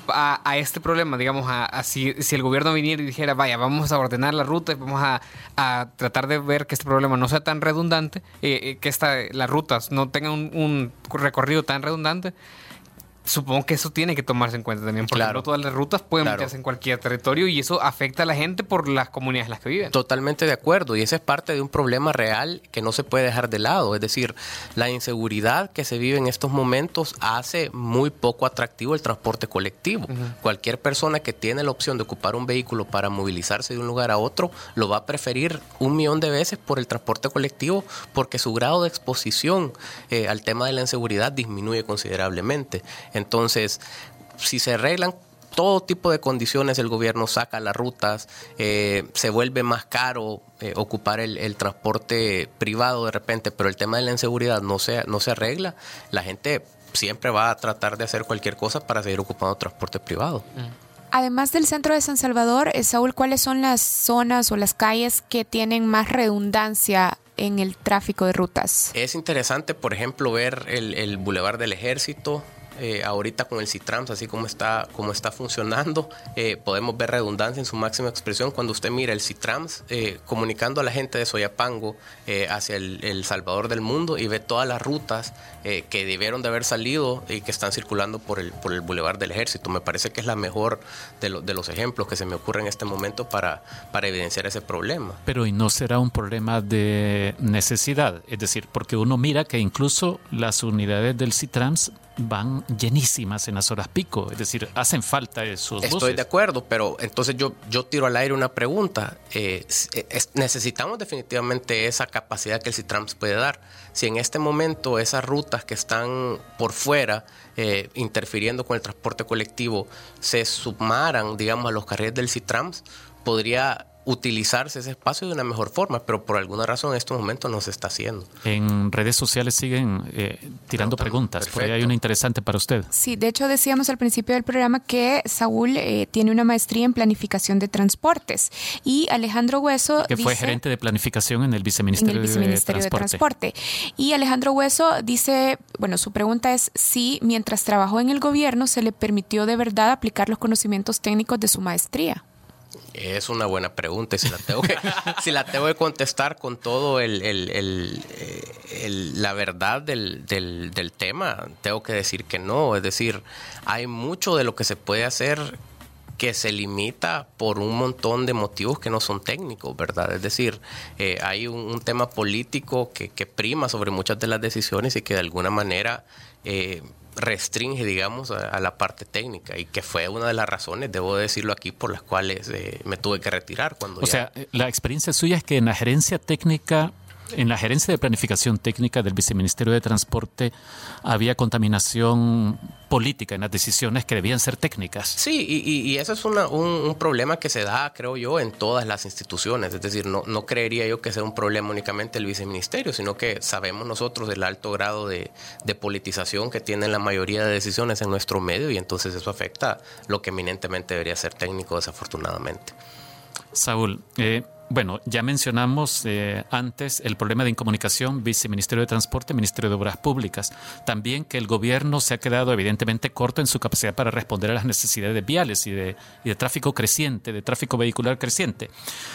a este problema, digamos, si el gobierno viniera y dijera, vaya, vamos a ordenar la ruta y vamos a tratar de ver que este problema no sea tan redundante, que las rutas no tengan un recorrido tan redundante. Supongo que eso tiene que tomarse en cuenta también, porque no todas las rutas pueden meterse en cualquier territorio, y eso afecta a la gente por las comunidades en las que viven. Totalmente de acuerdo, y ese es parte de un problema real que no se puede dejar de lado. Es decir, la inseguridad que se vive en estos momentos hace muy poco atractivo el transporte colectivo. Uh-huh. Cualquier persona que tiene la opción de ocupar un vehículo para movilizarse de un lugar a otro lo va a preferir 1,000,000 de veces por el transporte colectivo, porque su grado de exposición al tema de la inseguridad disminuye considerablemente. Entonces, si se arreglan todo tipo de condiciones, el gobierno saca las rutas, se vuelve más caro ocupar el transporte privado de repente, pero el tema de la inseguridad no se arregla, la gente siempre va a tratar de hacer cualquier cosa para seguir ocupando transporte privado. Además del centro de San Salvador, Saúl, ¿cuáles son las zonas o las calles que tienen más redundancia en el tráfico de rutas? Es interesante, por ejemplo, ver el Boulevard del Ejército. Ahorita con el Citrams, así como está funcionando, podemos ver redundancia en su máxima expresión cuando usted mira el Citrams comunicando a la gente de Soyapango hacia el Salvador del Mundo, y ve todas las rutas que debieron de haber salido y que están circulando por el Boulevard del Ejército. Me parece que es la mejor de los ejemplos que se me ocurre en este momento para evidenciar ese problema. Pero ¿y no será un problema de necesidad? Es decir, porque uno mira que incluso las unidades del Citrams van llenísimas en las horas pico, es decir, hacen falta esos buses. Estoy de acuerdo, pero entonces yo tiro al aire una pregunta. Necesitamos definitivamente esa capacidad que el Citrams puede dar. Si en este momento esas rutas que están por fuera interfiriendo con el transporte colectivo se sumaran, digamos, a los carriles del Citrams, podría utilizarse ese espacio de una mejor forma, pero por alguna razón en estos momentos no se está haciendo. En redes sociales siguen tirando preguntas. Perfecto. Por ahí hay una interesante para usted. Sí, de hecho decíamos al principio del programa que Saúl tiene una maestría en planificación de transportes, y Alejandro Hueso que fue gerente de planificación en el Viceministerio de Transporte. Y Alejandro Hueso dice, bueno, su pregunta es si mientras trabajó en el gobierno se le permitió de verdad aplicar los conocimientos técnicos de su maestría. Es una buena pregunta, y si la tengo que contestar con todo la verdad del tema, tengo que decir que no. Es decir, hay mucho de lo que se puede hacer que se limita por un montón de motivos que no son técnicos, ¿verdad? Es decir, hay un tema político que prima sobre muchas de las decisiones y que de alguna manera restringe, digamos, a la parte técnica, y que fue una de las razones, debo decirlo aquí, por las cuales me tuve que retirar. O sea, la experiencia suya es que en la gerencia técnica, en la gerencia de planificación técnica del Viceministerio de Transporte, había contaminación política en las decisiones que debían ser técnicas. Sí, y eso es un problema que se da, creo yo, en todas las instituciones. Es decir, no creería yo que sea un problema únicamente del viceministerio, sino que sabemos nosotros del alto grado de politización que tienen la mayoría de decisiones en nuestro medio, y entonces eso afecta lo que eminentemente debería ser técnico, desafortunadamente. Saúl, bueno, ya mencionamos antes el problema de incomunicación, Viceministerio de Transporte, Ministerio de Obras Públicas. También que el gobierno se ha quedado evidentemente corto en su capacidad para responder a las necesidades viales y de tráfico creciente, de tráfico vehicular creciente.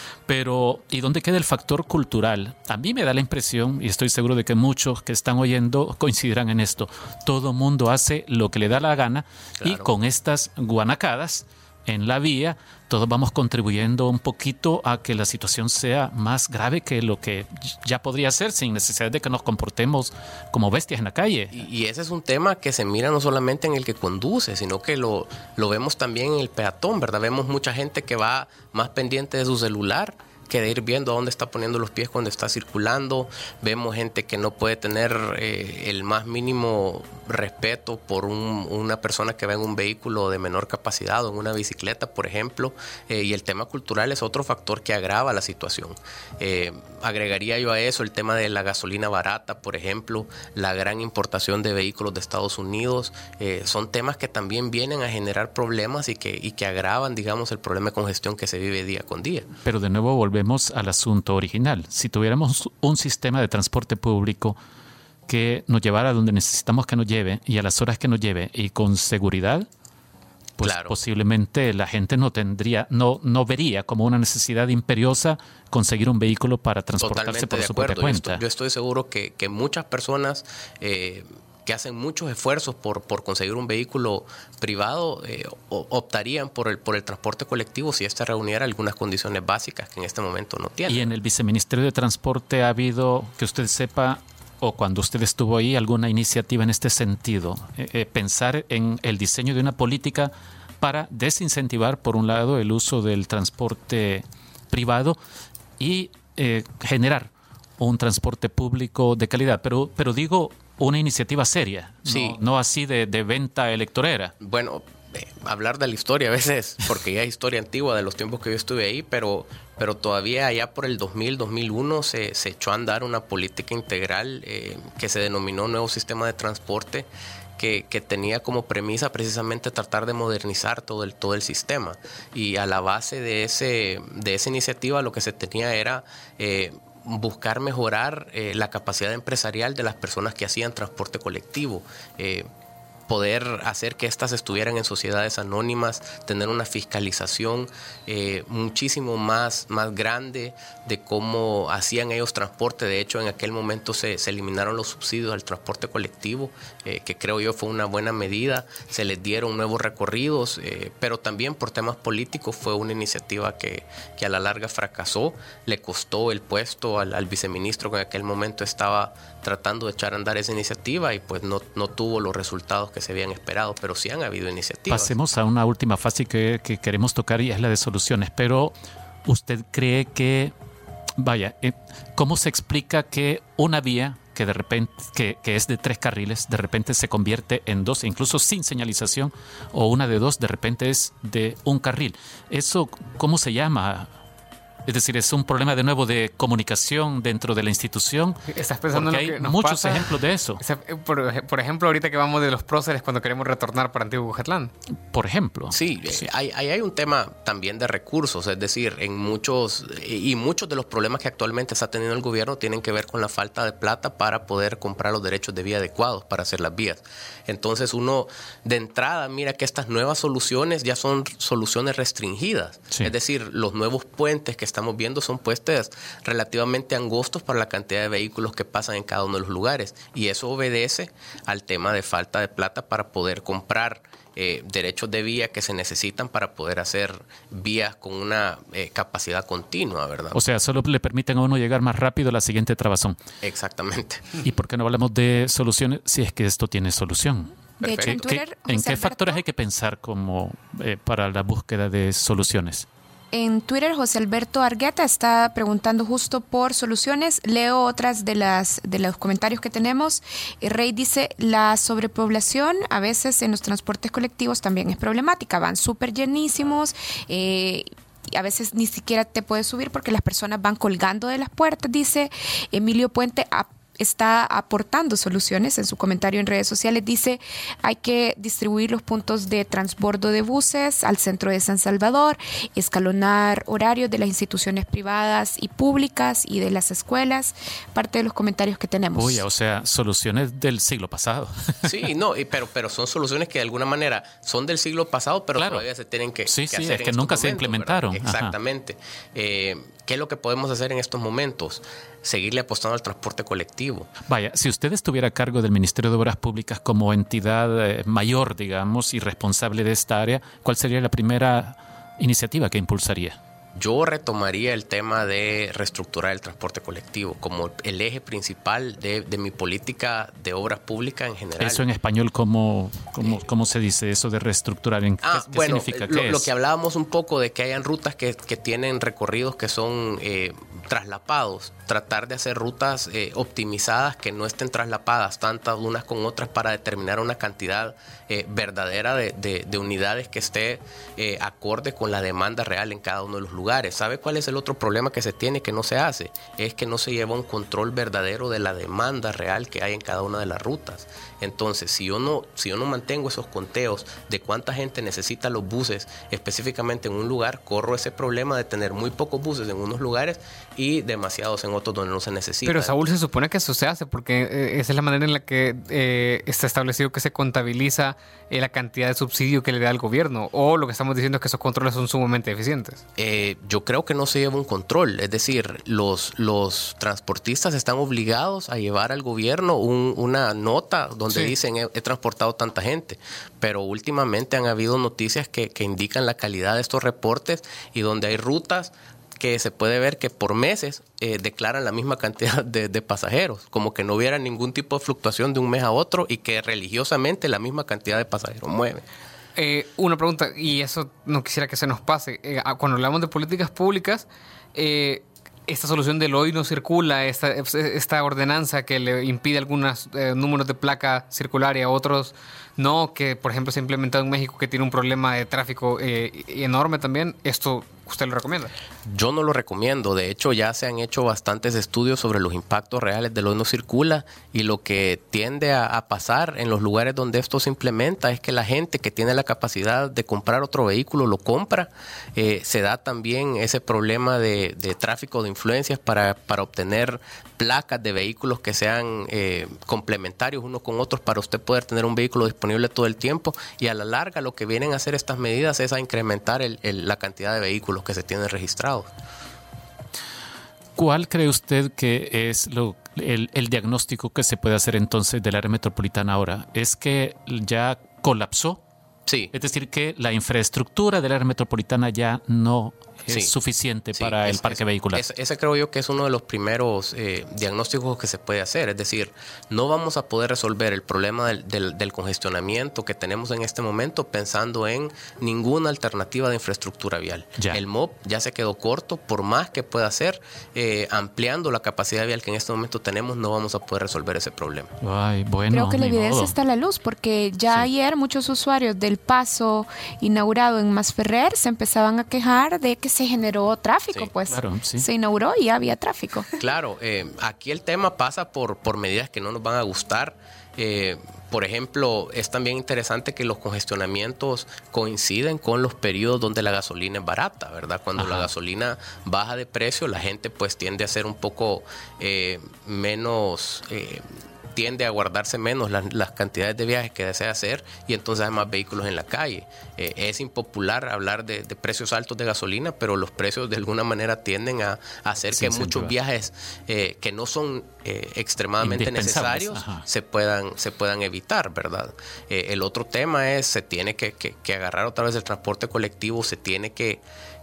Pero, ¿y dónde queda el factor cultural? A mí me da la impresión, y estoy seguro de que muchos que están oyendo coincidirán en esto, todo mundo hace lo que le da la gana, claro. Y con estas guanacadas en la vía, todos vamos contribuyendo un poquito a que la situación sea más grave que lo que ya podría ser, sin necesidad de que nos comportemos como bestias en la calle. Y ese es un tema que se mira no solamente en el que conduce, sino que lo vemos también en el peatón, ¿verdad? Vemos mucha gente que va más pendiente de su celular que de ir viendo a dónde está poniendo los pies cuando está circulando. Vemos gente que no puede tener el más mínimo respeto por una persona que va en un vehículo de menor capacidad o en una bicicleta, por ejemplo, y el tema cultural es otro factor que agrava la situación. Agregaría yo a eso el tema de la gasolina barata, por ejemplo, la gran importación de vehículos de Estados Unidos, son temas que también vienen a generar problemas y que agravan, digamos, el problema de congestión que se vive día con día. Pero de nuevo volvemos al asunto original. Si tuviéramos un sistema de transporte público que nos llevara a donde necesitamos que nos lleve y a las horas que nos lleve y con seguridad, pues claro, posiblemente la gente no vería como una necesidad imperiosa conseguir un vehículo para transportarse por su propia cuenta. Yo estoy seguro que muchas personas que hacen muchos esfuerzos por conseguir un vehículo privado, optarían por el transporte colectivo si éste reuniera algunas condiciones básicas que en este momento no tiene. ¿Y en el Viceministerio de Transporte ha habido, que usted sepa, o cuando usted estuvo ahí, alguna iniciativa en este sentido? Pensar en el diseño de una política para desincentivar, por un lado, el uso del transporte privado y generar un transporte público de calidad. Pero digo, una iniciativa seria, sí. No así de venta electorera. Bueno, hablar de la historia a veces, porque ya es historia antigua de los tiempos que yo estuve ahí, pero todavía allá por el 2000-2001 se echó a andar una política integral que se denominó Nuevo Sistema de Transporte, que tenía como premisa precisamente tratar de modernizar todo el sistema. Y a la base de esa iniciativa lo que se tenía era buscar mejorar la capacidad empresarial de las personas que hacían transporte colectivo, poder hacer que éstas estuvieran en sociedades anónimas, tener una fiscalización muchísimo más grande de cómo hacían ellos transporte. De hecho, en aquel momento se eliminaron los subsidios al transporte colectivo, que creo yo fue una buena medida. Se les dieron nuevos recorridos, pero también por temas políticos fue una iniciativa que a la larga fracasó. Le costó el puesto al viceministro que en aquel momento estaba tratando de echar a andar esa iniciativa y pues no tuvo los resultados que se habían esperado, pero sí han habido iniciativas. Pasemos a una última fase que queremos tocar y es la de soluciones, pero ¿usted cree que, cómo se explica que una vía que de repente que es de 3 carriles, de repente se convierte en 2, incluso sin señalización, o una de 2, de repente es de 1 carril? ¿Eso cómo se llama? Es decir, es un problema de nuevo de comunicación dentro de la institución. Estás pensando porque en lo que hay nos muchos pasa, ejemplos de eso. Por ejemplo, ahorita que vamos de los próceres cuando queremos retornar para Antiguo Cujatlán. Por ejemplo. Sí, hay un tema también de recursos, es decir, en muchos de los problemas que actualmente está teniendo el gobierno tienen que ver con la falta de plata para poder comprar los derechos de vía adecuados para hacer las vías. Entonces uno de entrada mira que estas nuevas soluciones ya son soluciones restringidas. Sí. Es decir, los nuevos puentes que estamos viendo son puentes relativamente angostos para la cantidad de vehículos que pasan en cada uno de los lugares, y eso obedece al tema de falta de plata para poder comprar derechos de vía que se necesitan para poder hacer vías con una capacidad continua, ¿verdad? O sea, solo le permiten a uno llegar más rápido a la siguiente trabazón. Exactamente. ¿Y por qué no hablamos de soluciones si es que esto tiene solución? De hecho, en Twitter, ¿En José qué Alberto, factores hay que pensar como para la búsqueda de soluciones? En Twitter, José Alberto Argueta está preguntando justo por soluciones. Leo otras de los comentarios que tenemos. Rey dice, la sobrepoblación a veces en los transportes colectivos también es problemática. Van súper llenísimos, a veces ni siquiera te puedes subir porque las personas van colgando de las puertas, dice Emilio Puente. Está aportando soluciones en su comentario en redes sociales. Dice, hay que distribuir los puntos de transbordo de buses al centro de San Salvador, escalonar horarios de las instituciones privadas y públicas y de las escuelas. Parte de los comentarios que tenemos. Uy, o sea, soluciones del siglo pasado. Sí, no, pero son soluciones que de alguna manera son del siglo pasado, pero claro, todavía se tienen que hacer. Sí, es que nunca se implementaron. ¿Verdad? Exactamente. ¿Qué es lo que podemos hacer en estos momentos? Seguirle apostando al transporte colectivo. Vaya, si usted estuviera a cargo del Ministerio de Obras Públicas como entidad mayor, digamos, y responsable de esta área, ¿cuál sería la primera iniciativa que impulsaría? Yo retomaría el tema de reestructurar el transporte colectivo como el eje principal de mi política de obras públicas en general. Eso en español, ¿cómo se dice eso de reestructurar? ¿Qué significa? Lo que hablábamos un poco de que hayan rutas que tienen recorridos que son traslapados. Tratar de hacer rutas optimizadas que no estén traslapadas tantas unas con otras para determinar una cantidad verdadera de unidades que esté acorde con la demanda real en cada uno de los lugares. ¿Sabe cuál es el otro problema que se tiene que no se hace? Es que no se lleva un control verdadero de la demanda real que hay en cada una de las rutas. Entonces, si yo no mantengo esos conteos de cuánta gente necesita los buses específicamente en un lugar, corro ese problema de tener muy pocos buses en unos lugares y demasiados en otros donde no se necesita. Pero, Saúl, se supone que eso se hace porque esa es la manera en la que está establecido que se contabiliza la cantidad de subsidio que le da el gobierno, o lo que estamos diciendo es que esos controles son sumamente eficientes. Yo creo que no se lleva un control, es decir, los transportistas están obligados a llevar al gobierno una nota donde dicen he transportado tanta gente, pero últimamente han habido noticias que indican la calidad de estos reportes y donde hay rutas que se puede ver que por meses declaran la misma cantidad de pasajeros, como que no hubiera ningún tipo de fluctuación de un mes a otro y que religiosamente la misma cantidad de pasajeros mueve. Una pregunta, y eso no quisiera que se nos pase. Cuando hablamos de políticas públicas, esta solución del hoy no circula, esta ordenanza que le impide algunos números de placa circular y a otros no, que por ejemplo se ha implementado en México, que tiene un problema de tráfico enorme también, ¿esto usted lo recomienda? Yo no lo recomiendo. De hecho, ya se han hecho bastantes estudios sobre los impactos reales del hoy no circula, y lo que tiende a pasar en los lugares donde esto se implementa es que la gente que tiene la capacidad de comprar otro vehículo lo compra. Se da también ese problema de tráfico de influencias para obtener placas de vehículos que sean complementarios unos con otros para usted poder tener un vehículo disponible todo el tiempo, y a la larga lo que vienen a hacer estas medidas es a incrementar la cantidad de vehículos que se tienen registrados. ¿Cuál cree usted que es el diagnóstico que se puede hacer entonces del área metropolitana ahora? ¿Es que ya colapsó? Sí. Es decir, que la infraestructura del área metropolitana ya no es suficiente para el parque vehicular. Ese creo yo que es uno de los primeros diagnósticos que se puede hacer. Es decir, no vamos a poder resolver el problema del congestionamiento que tenemos en este momento pensando en ninguna alternativa de infraestructura vial. Ya. El MOP ya se quedó corto, por más que pueda hacer, ampliando la capacidad vial que en este momento tenemos, no vamos a poder resolver ese problema. Ay, bueno, creo que la evidencia está a la luz, porque ya ayer muchos usuarios del paso inaugurado en Masferrer se empezaban a quejar de que se generó tráfico, sí, pues claro, sí. Se inauguró y había tráfico. Claro, aquí el tema pasa por medidas que no nos van a gustar. Por ejemplo, es también interesante que los congestionamientos coinciden con los periodos donde la gasolina es barata, ¿verdad? Cuando la gasolina baja de precio, la gente pues tiende a ser un poco menos... tiende a guardarse menos las cantidades de viajes que desea hacer, y entonces hay más vehículos en la calle. Es impopular hablar de precios altos de gasolina, pero los precios de alguna manera tienden a hacer que muchos viajes que no son extremadamente necesarios se puedan evitar, ¿verdad? El otro tema es, se tiene que agarrar otra vez el transporte colectivo, se tiene que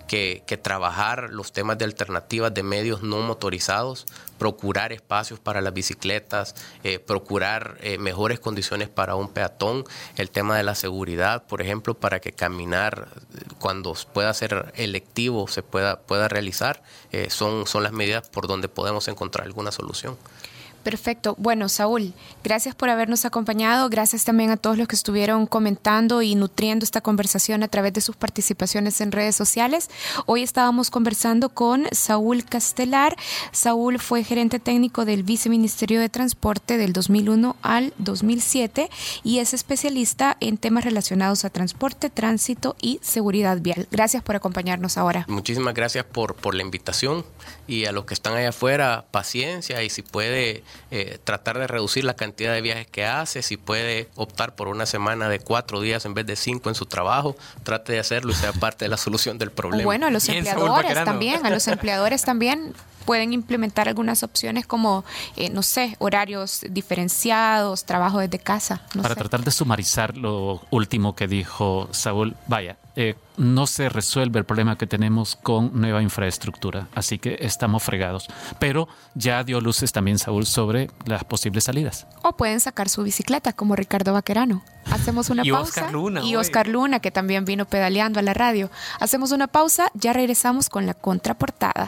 que trabajar los temas de alternativas de medios no motorizados, procurar espacios para las bicicletas, procurar mejores condiciones para un peatón, el tema de la seguridad, por ejemplo, para que caminar cuando pueda ser electivo se pueda realizar, son las medidas por donde podemos encontrar alguna solución. Perfecto. Bueno, Saúl, gracias por habernos acompañado. Gracias también a todos los que estuvieron comentando y nutriendo esta conversación a través de sus participaciones en redes sociales. Hoy estábamos conversando con Saúl Castelar. Saúl fue gerente técnico del Viceministerio de Transporte del 2001 al 2007 y es especialista en temas relacionados a transporte, tránsito y seguridad vial. Gracias por acompañarnos ahora. Muchísimas gracias por la invitación, y a los que están allá afuera, paciencia, y si puede tratar de reducir la cantidad de viajes que hace, si puede optar por una semana de 4 días en vez de 5 en su trabajo, trate de hacerlo y sea parte de la solución del problema. Bueno, a los empleadores también pueden implementar algunas opciones como, horarios diferenciados, trabajo desde casa. Para tratar de sumarizar lo último que dijo Saúl, no se resuelve el problema que tenemos con nueva infraestructura, así que estamos fregados. Pero ya dio luces también Saúl sobre las posibles salidas. O pueden sacar su bicicleta, como Ricardo Vaquerano. Hacemos una pausa. Oscar Luna, que también vino pedaleando a la radio. Hacemos una pausa, ya regresamos con la contraportada.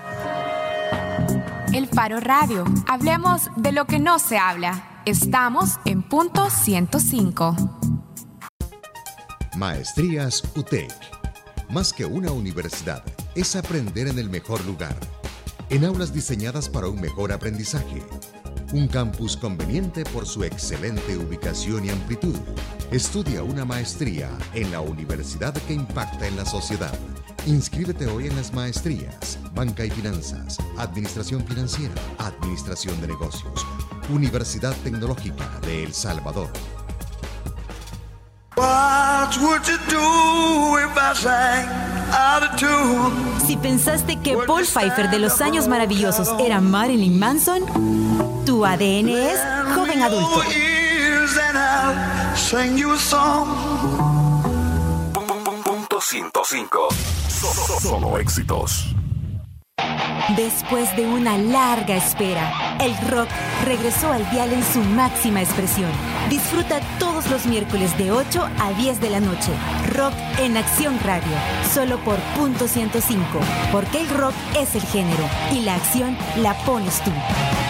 El Faro Radio. Hablemos de lo que no se habla. Estamos en punto 105. Maestrías UTEC. Más que una universidad, es aprender en el mejor lugar. En aulas diseñadas para un mejor aprendizaje. Un campus conveniente por su excelente ubicación y amplitud. Estudia una maestría en la universidad que impacta en la sociedad. Inscríbete hoy en las maestrías: Banca y Finanzas, Administración Financiera, Administración de Negocios, Universidad Tecnológica de El Salvador. Si pensaste que Paul Pfeiffer de los años maravillosos era Marilyn Manson, tu ADN es joven adulto. Punto 105. Solo éxitos. Después de una larga espera, el rock regresó al dial en su máxima expresión. Disfruta todos los miércoles de 8 a 10 de la noche. Rock en Acción Radio, solo por punto 105. Porque el rock es el género y la acción la pones tú.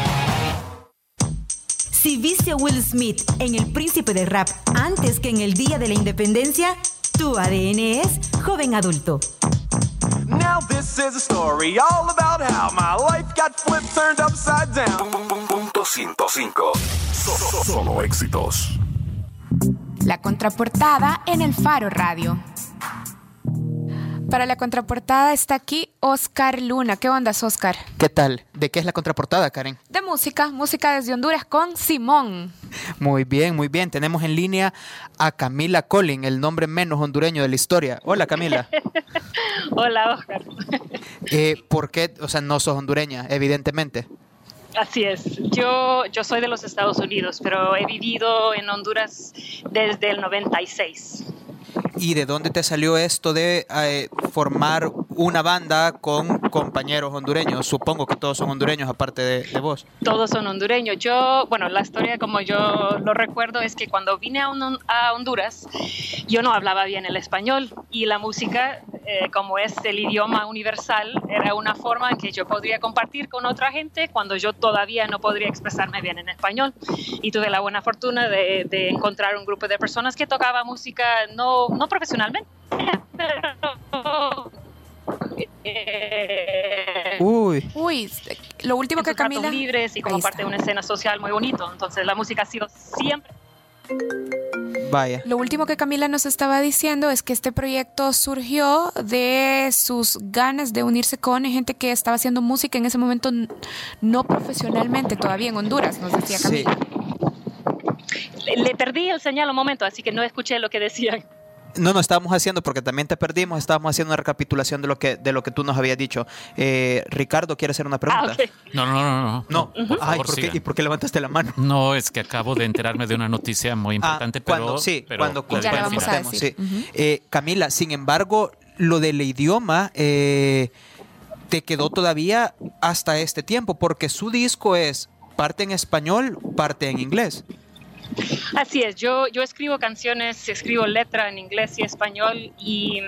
Si viste a Will Smith en El Príncipe de Rap antes que en el Día de la Independencia, tu ADN es joven adulto. Now this is a story all about how my life got flipped, turned upside down. Punto 105. Solo éxitos. La contraportada en el Faro Radio. Para la contraportada está aquí Oscar Luna. ¿Qué onda, Oscar? ¿Qué tal? ¿De qué es la contraportada, Karen? De música desde Honduras con Simón. Muy bien, muy bien. Tenemos en línea a Camila Collin, el nombre menos hondureño de la historia. Hola, Camila. Hola, Oscar. ¿Por qué? O sea, no sos hondureña, evidentemente. Así es. Yo soy de los Estados Unidos, pero he vivido en Honduras desde el 96. ¿Y de dónde te salió esto de formar una banda con compañeros hondureños? Supongo que todos son hondureños aparte de vos. Todos son hondureños. La historia como yo lo recuerdo es que cuando vine a Honduras, yo no hablaba bien el español y la música, como es el idioma universal, era una forma en que yo podría compartir con otra gente cuando yo todavía no podría expresarme bien en español. Y tuve la buena fortuna de encontrar un grupo de personas que tocaba música no profesionalmente, pero lo último que Camila libres y como parte de una escena social muy bonito. Entonces la música ha sido siempre. Vaya. Lo último que Camila nos estaba diciendo es que este proyecto surgió de sus ganas de unirse con gente que estaba haciendo música en ese momento no profesionalmente todavía en Honduras, nos decía Camila. Sí. Le perdí el señal un momento, así que no escuché lo que decían. No, estábamos haciendo, porque también te perdimos, estábamos haciendo una recapitulación de lo que tú nos habías dicho. Ricardo quiere hacer una pregunta. Okay. No. Por favor, ¿Y por qué levantaste la mano? No, es que acabo de enterarme de una noticia muy importante, cuando ya vamos a decir. Sí. Camila, sin embargo, lo del idioma te quedó todavía hasta este tiempo, porque su disco es parte en español, parte en inglés. Así es, yo escribo canciones, escribo letra en inglés y español y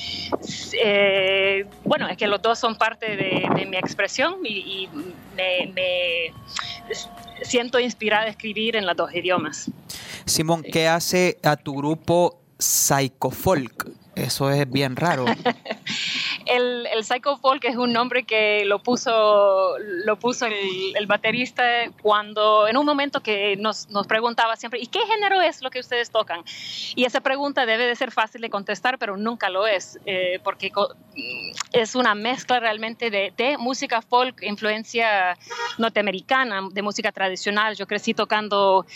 bueno, es que los dos son parte de mi expresión y me siento inspirada a escribir en los dos idiomas. Simón, ¿qué hace a tu grupo Psychofolk? Eso es bien raro. El Psychofolk es un nombre que lo puso el baterista cuando en un momento que nos preguntaba siempre, ¿y qué género es lo que ustedes tocan? Y esa pregunta debe de ser fácil de contestar, pero nunca lo es, porque es una mezcla realmente de música folk, influencia norteamericana, de música tradicional. Yo crecí tocando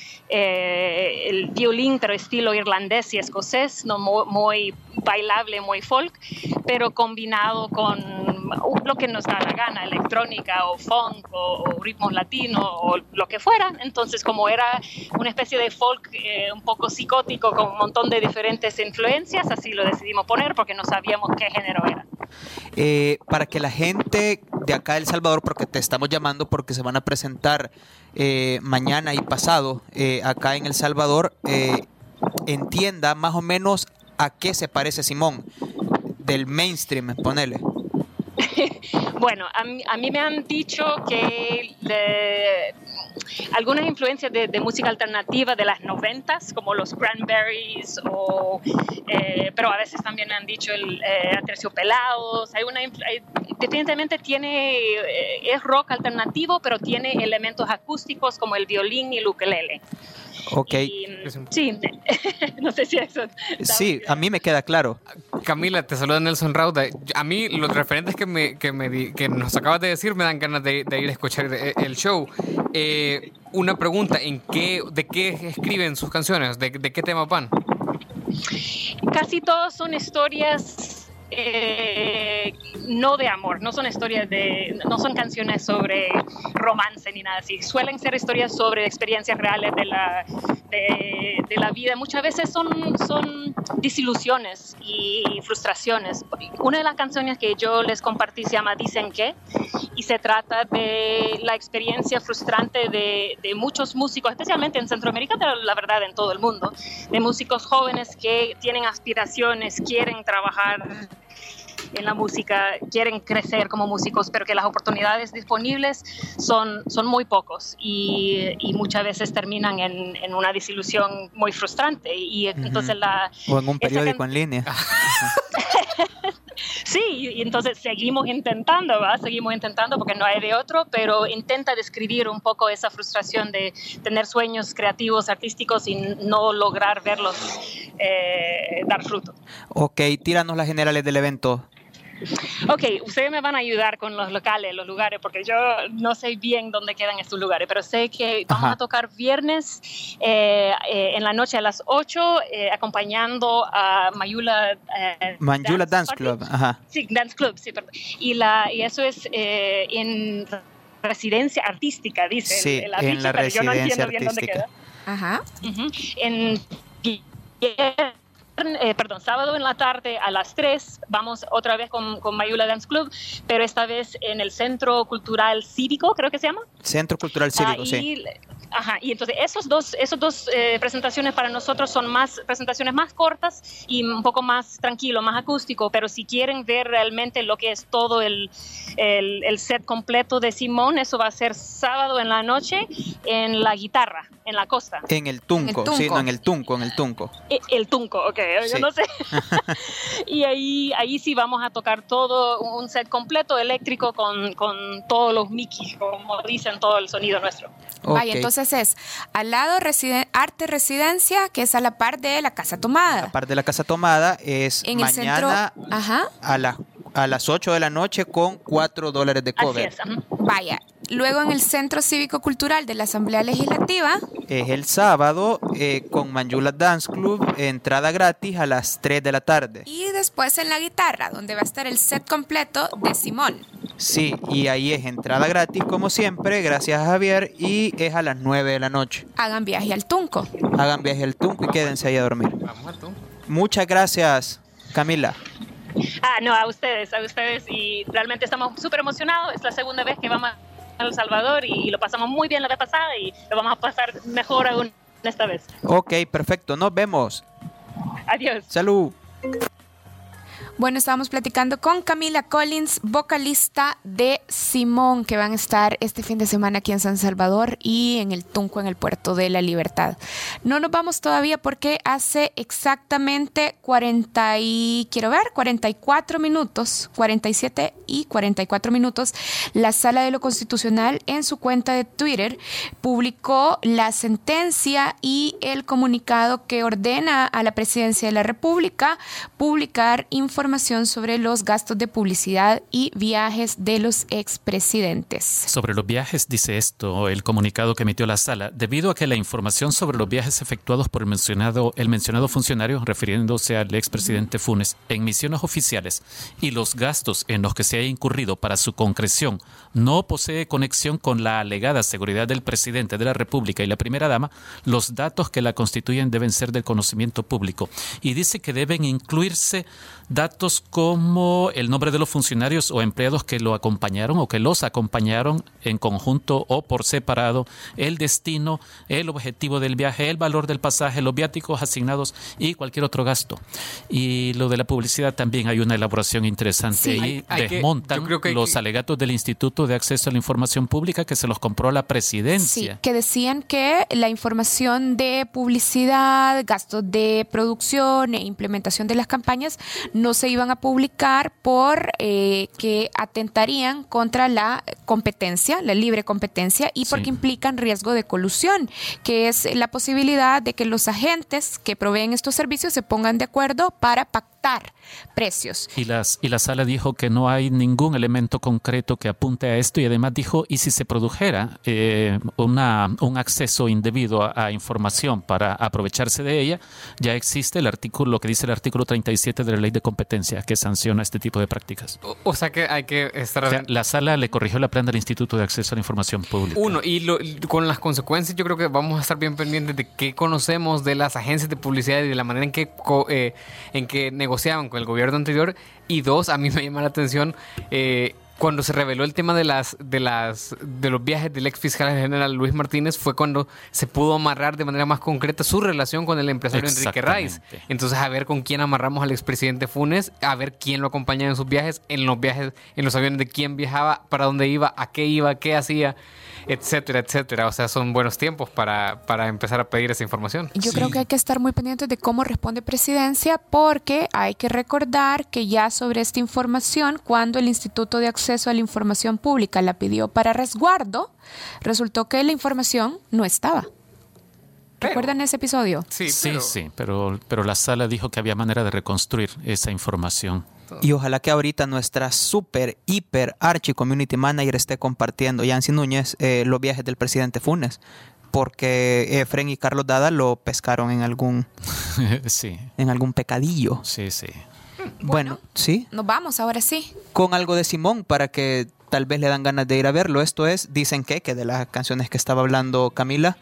el violín, pero estilo irlandés y escocés, no muy bailable, muy folk, pero combinado con lo que nos da la gana, electrónica o funk o ritmos latinos o lo que fuera. Entonces, como era una especie de folk un poco psicótico con un montón de diferentes influencias, así lo decidimos poner porque no sabíamos qué género era. Para que la gente de acá de El Salvador, porque te estamos llamando porque se van a presentar mañana y pasado acá en El Salvador, entienda más o menos a qué se parece Simón, del mainstream, ponele. Bueno, a mí me han dicho que algunas influencias de música alternativa de las 90s, como los Cranberries, pero a veces también me han dicho Aterciopelados. Definitivamente es rock alternativo, pero tiene elementos acústicos como el violín y el ukelele. Ok. Sí, no sé si eso... Sí, a mí me queda claro. Camila, te saluda Nelson Rauda. A mí los referentes que nos acabas de decir me dan ganas de ir a escuchar el show. Una pregunta, ¿de qué escriben sus canciones? ¿De qué temas van? Casi todos son historias... no de amor, no son canciones sobre romance ni nada así. Suelen ser historias sobre experiencias reales de la vida. Muchas veces son desilusiones y frustraciones. Una de las canciones que yo les compartí se llama Dicen que, y se trata de la experiencia frustrante de muchos músicos, especialmente en Centroamérica, pero la verdad en todo el mundo, de músicos jóvenes que tienen aspiraciones, quieren trabajar en la música, quieren crecer como músicos, pero que las oportunidades disponibles son muy pocos y muchas veces terminan en una desilusión muy frustrante. Y entonces o en un periódico en línea. Sí, y entonces seguimos intentando porque no hay de otro, pero intenta describir un poco esa frustración de tener sueños creativos, artísticos y no lograr verlos dar fruto. Ok, tíranos las generales del evento. Ok, ustedes me van a ayudar con los locales, los lugares, porque yo no sé bien dónde quedan estos lugares, pero sé que vamos a tocar viernes en la noche a las 8, acompañando a Mayula Dance Club. Ajá. Sí, Dance Club, sí, perdón. Y eso es en residencia artística, dice sí, el aviso, en la pero yo no entiendo residencia bien dónde queda. Ajá. Sábado en la tarde a las 3 vamos otra vez con Mayula Dance Club, pero esta vez en el Centro Cultural Cívico, creo que se llama. Centro Cultural Cívico, sí. Ajá, y entonces esos dos presentaciones para nosotros son presentaciones más cortas y un poco más tranquilo, más acústico, pero si quieren ver realmente lo que es todo el set completo de Simón, eso va a ser sábado en la noche en la guitarra, en la costa. En el Tunco, sí, no, en el Tunco. El Tunco, ok, sí. Yo no sé. Y ahí sí vamos a tocar todo un set completo eléctrico con todos los Mickey, como dicen, todo el sonido nuestro. Okay. Vaya, entonces es al lado Arte Residencia, que es a la par de la Casa Tomada. La par de la Casa Tomada es en mañana el centro, ajá, a las 8 de la noche con $4 de cover. Así es, vaya. Luego en el Centro Cívico Cultural de la Asamblea Legislativa. Es el sábado con Mayula Dance Club, entrada gratis a las 3 de la tarde. Y después en la guitarra, donde va a estar el set completo de Simón. Sí, y ahí es entrada gratis como siempre, gracias a Javier, y es a las 9 de la noche. Hagan viaje al Tunco. Hagan viaje al Tunco y quédense ahí a dormir. Vamos al Tunco. Muchas gracias, Camila. No, a ustedes, y realmente estamos súper emocionados. Es la segunda vez que vamos a El Salvador y lo pasamos muy bien la vez pasada y lo vamos a pasar mejor aún esta vez. Ok, perfecto, nos vemos. Adiós. Salud. Bueno, estábamos platicando con Camila Collins, vocalista de Simón, que van a estar este fin de semana aquí en San Salvador y en el Tunco, en el Puerto de la Libertad. No nos vamos todavía porque hace exactamente 44 minutos, 47 y 44 minutos, la Sala de lo Constitucional en su cuenta de Twitter publicó la sentencia y el comunicado que ordena a la Presidencia de la República publicar información sobre los gastos de publicidad y viajes de los expresidentes. Sobre los viajes dice esto, el comunicado que emitió la Sala. Debido a que la información sobre los viajes efectuados por el mencionado funcionario, refiriéndose al expresidente Funes, en misiones oficiales y los gastos en los que se haya incurrido para su concreción no posee conexión con la alegada seguridad del presidente de la República y la primera dama, los datos que la constituyen deben ser del conocimiento público. Y dice que deben incluirse datos como el nombre de los funcionarios o empleados que lo acompañaron o que los acompañaron en conjunto o por separado, el destino, el objetivo del viaje, el valor del pasaje, los viáticos asignados y cualquier otro gasto. Y lo de la publicidad también hay una elaboración interesante. Sí. Y desmontan los alegatos del Instituto de Acceso a la Información Pública que se los compró la presidencia. Sí, que decían que la información de publicidad, gastos de producción e implementación de las campañas no se iban a publicar por que atentarían contra la competencia, la libre competencia, y porque implican riesgo de colusión, que es la posibilidad de que los agentes que proveen estos servicios se pongan de acuerdo para pactar precios. Y la Sala dijo que no hay ningún elemento concreto que apunte a esto, y además dijo, y si se produjera un acceso indebido a información para aprovecharse de ella, ya existe lo que dice el artículo 37 de la Ley de Competencia, que sanciona este tipo de prácticas. O sea que hay que estar... O sea, la Sala le corrigió la plana al Instituto de Acceso a la Información Pública. Con las consecuencias yo creo que vamos a estar bien pendientes de qué conocemos de las agencias de publicidad y de la manera en que negociaban con el gobierno anterior. Y dos, a mí me llama la atención cuando se reveló el tema de los viajes del ex fiscal general Luis Martínez, fue cuando se pudo amarrar de manera más concreta su relación con el empresario Enrique Raiz. Entonces, a ver con quién amarramos al expresidente Funes, a ver quién lo acompañaba en sus viajes, en los aviones de quién viajaba, para dónde iba, a qué hacía, etcétera, etcétera. O sea, son buenos tiempos para empezar a pedir esa información. Yo creo que hay que estar muy pendientes de cómo responde Presidencia, porque hay que recordar que ya sobre esta información, cuando el Instituto de Acceso a la Información Pública la pidió para resguardo, resultó que la información no estaba. ¿Recuerdan ese episodio? Sí, pero la Sala dijo que había manera de reconstruir esa información. Y ojalá que ahorita nuestra super, hiper, archi community manager esté compartiendo, Yancy Núñez, los viajes del presidente Funes, porque Efren y Carlos Dada lo pescaron en algún en algún pecadillo. Sí. Bueno, sí. Nos vamos, ahora sí. Con algo de Simón para que tal vez le dan ganas de ir a verlo. Esto es Dicen que de las canciones que estaba hablando Camila.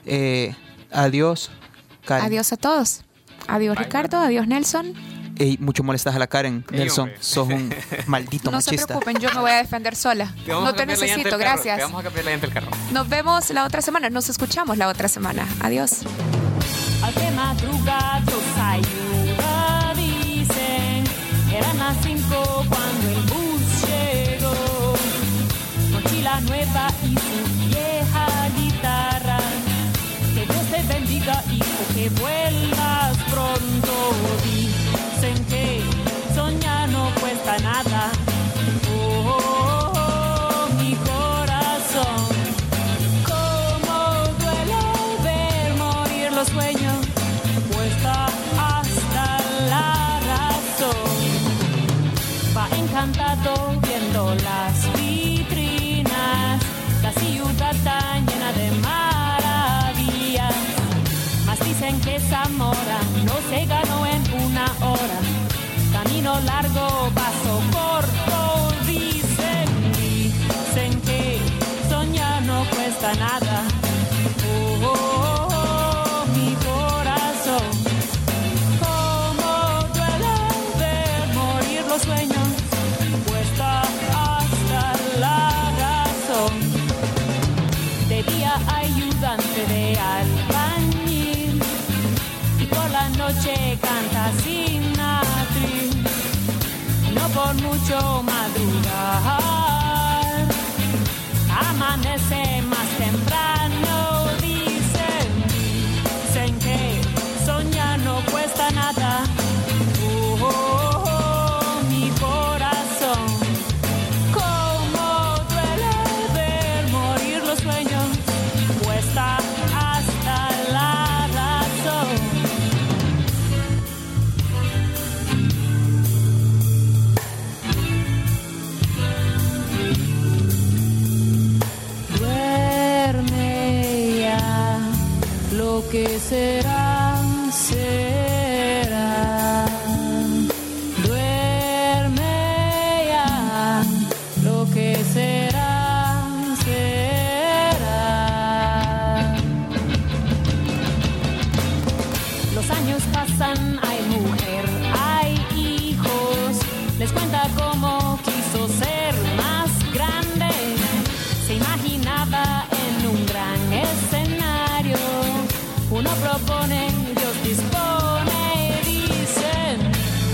Adiós, Karen. Adiós a todos. Adiós, Bye, Ricardo. Adiós, Nelson. Mucho molestas a la Karen, Nelson. Sos un maldito machista. No se preocupen, yo me voy a defender sola. No te necesito, gracias. Te vamos a cambiar la llanta del carro. Nos vemos la otra semana. Nos escuchamos la otra semana. Adiós. Até madrugada saiu, dicen, eran las 5 cuando el bus llegó. Mochila nueva y su vieja guitarra. Que Dios te bendiga, hijo, que vuelvas pronto. Dicen que soñar no cuesta nada. Mi corazón, cómo duele ver morir los sueños. Cuesta hasta la razón. Va encantado viendo las vitrinas, la ciudad tan llena de maravillas. Mas dicen que Zamora no se ganó en una hora. Camino largo, paso corto, dicen que soñar no cuesta nada. Mi corazón, cómo duele ver morir noche canta Sinatri, no por mucho madrugar, amanece más temprano, dicen que soñar no cuesta nada. Mi corazón, cómo duele ver morir los sueños, cuesta hasta la razón. Duerme ya, lo que será, será. Duerme ya, lo que será, será. Los años pasan, hay mujer, hay hijos, les cuenta cómo quiso ser más grande, se imaginaba en un gran escenario, uno propone, Dios dispone, dicen.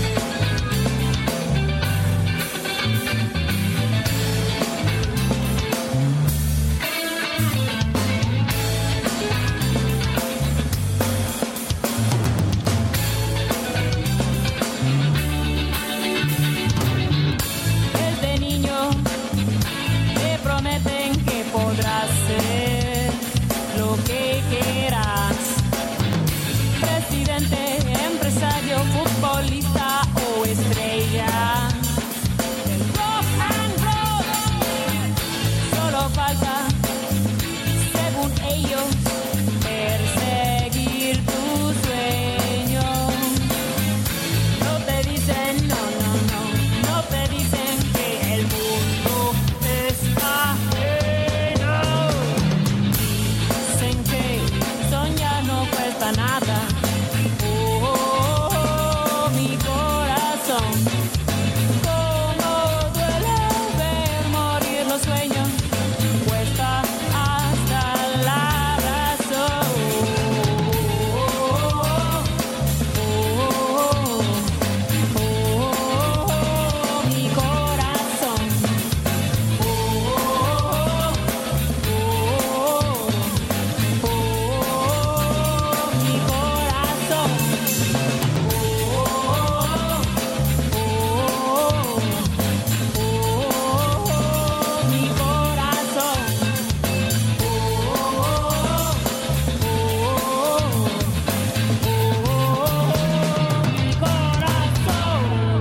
Desde niño te prometen que podrás ser lo que quieras, presidente, empresario, futbolista o estrella. El rock and roll solo falta, según ellos, perseguir tu sueño. No te dicen, no, no, no, no te dicen que el mundo está ajeno. Dicen que soñar no cuesta nada. Mi corazón, cómo duele ver morir los sueños, cuesta hasta la razón. Mi corazón, mi corazón. Mi corazón, mi corazón.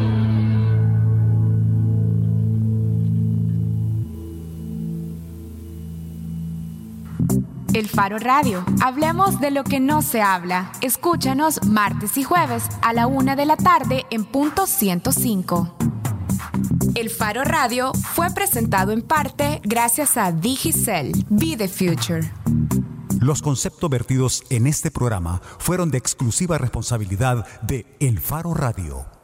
El Faro Radio. Hablemos de lo que no se habla. Escúchanos martes y jueves a la 1 de la tarde en punto 105. El Faro Radio fue presentado en parte gracias a Digicel. Be the Future. Los conceptos vertidos en este programa fueron de exclusiva responsabilidad de El Faro Radio.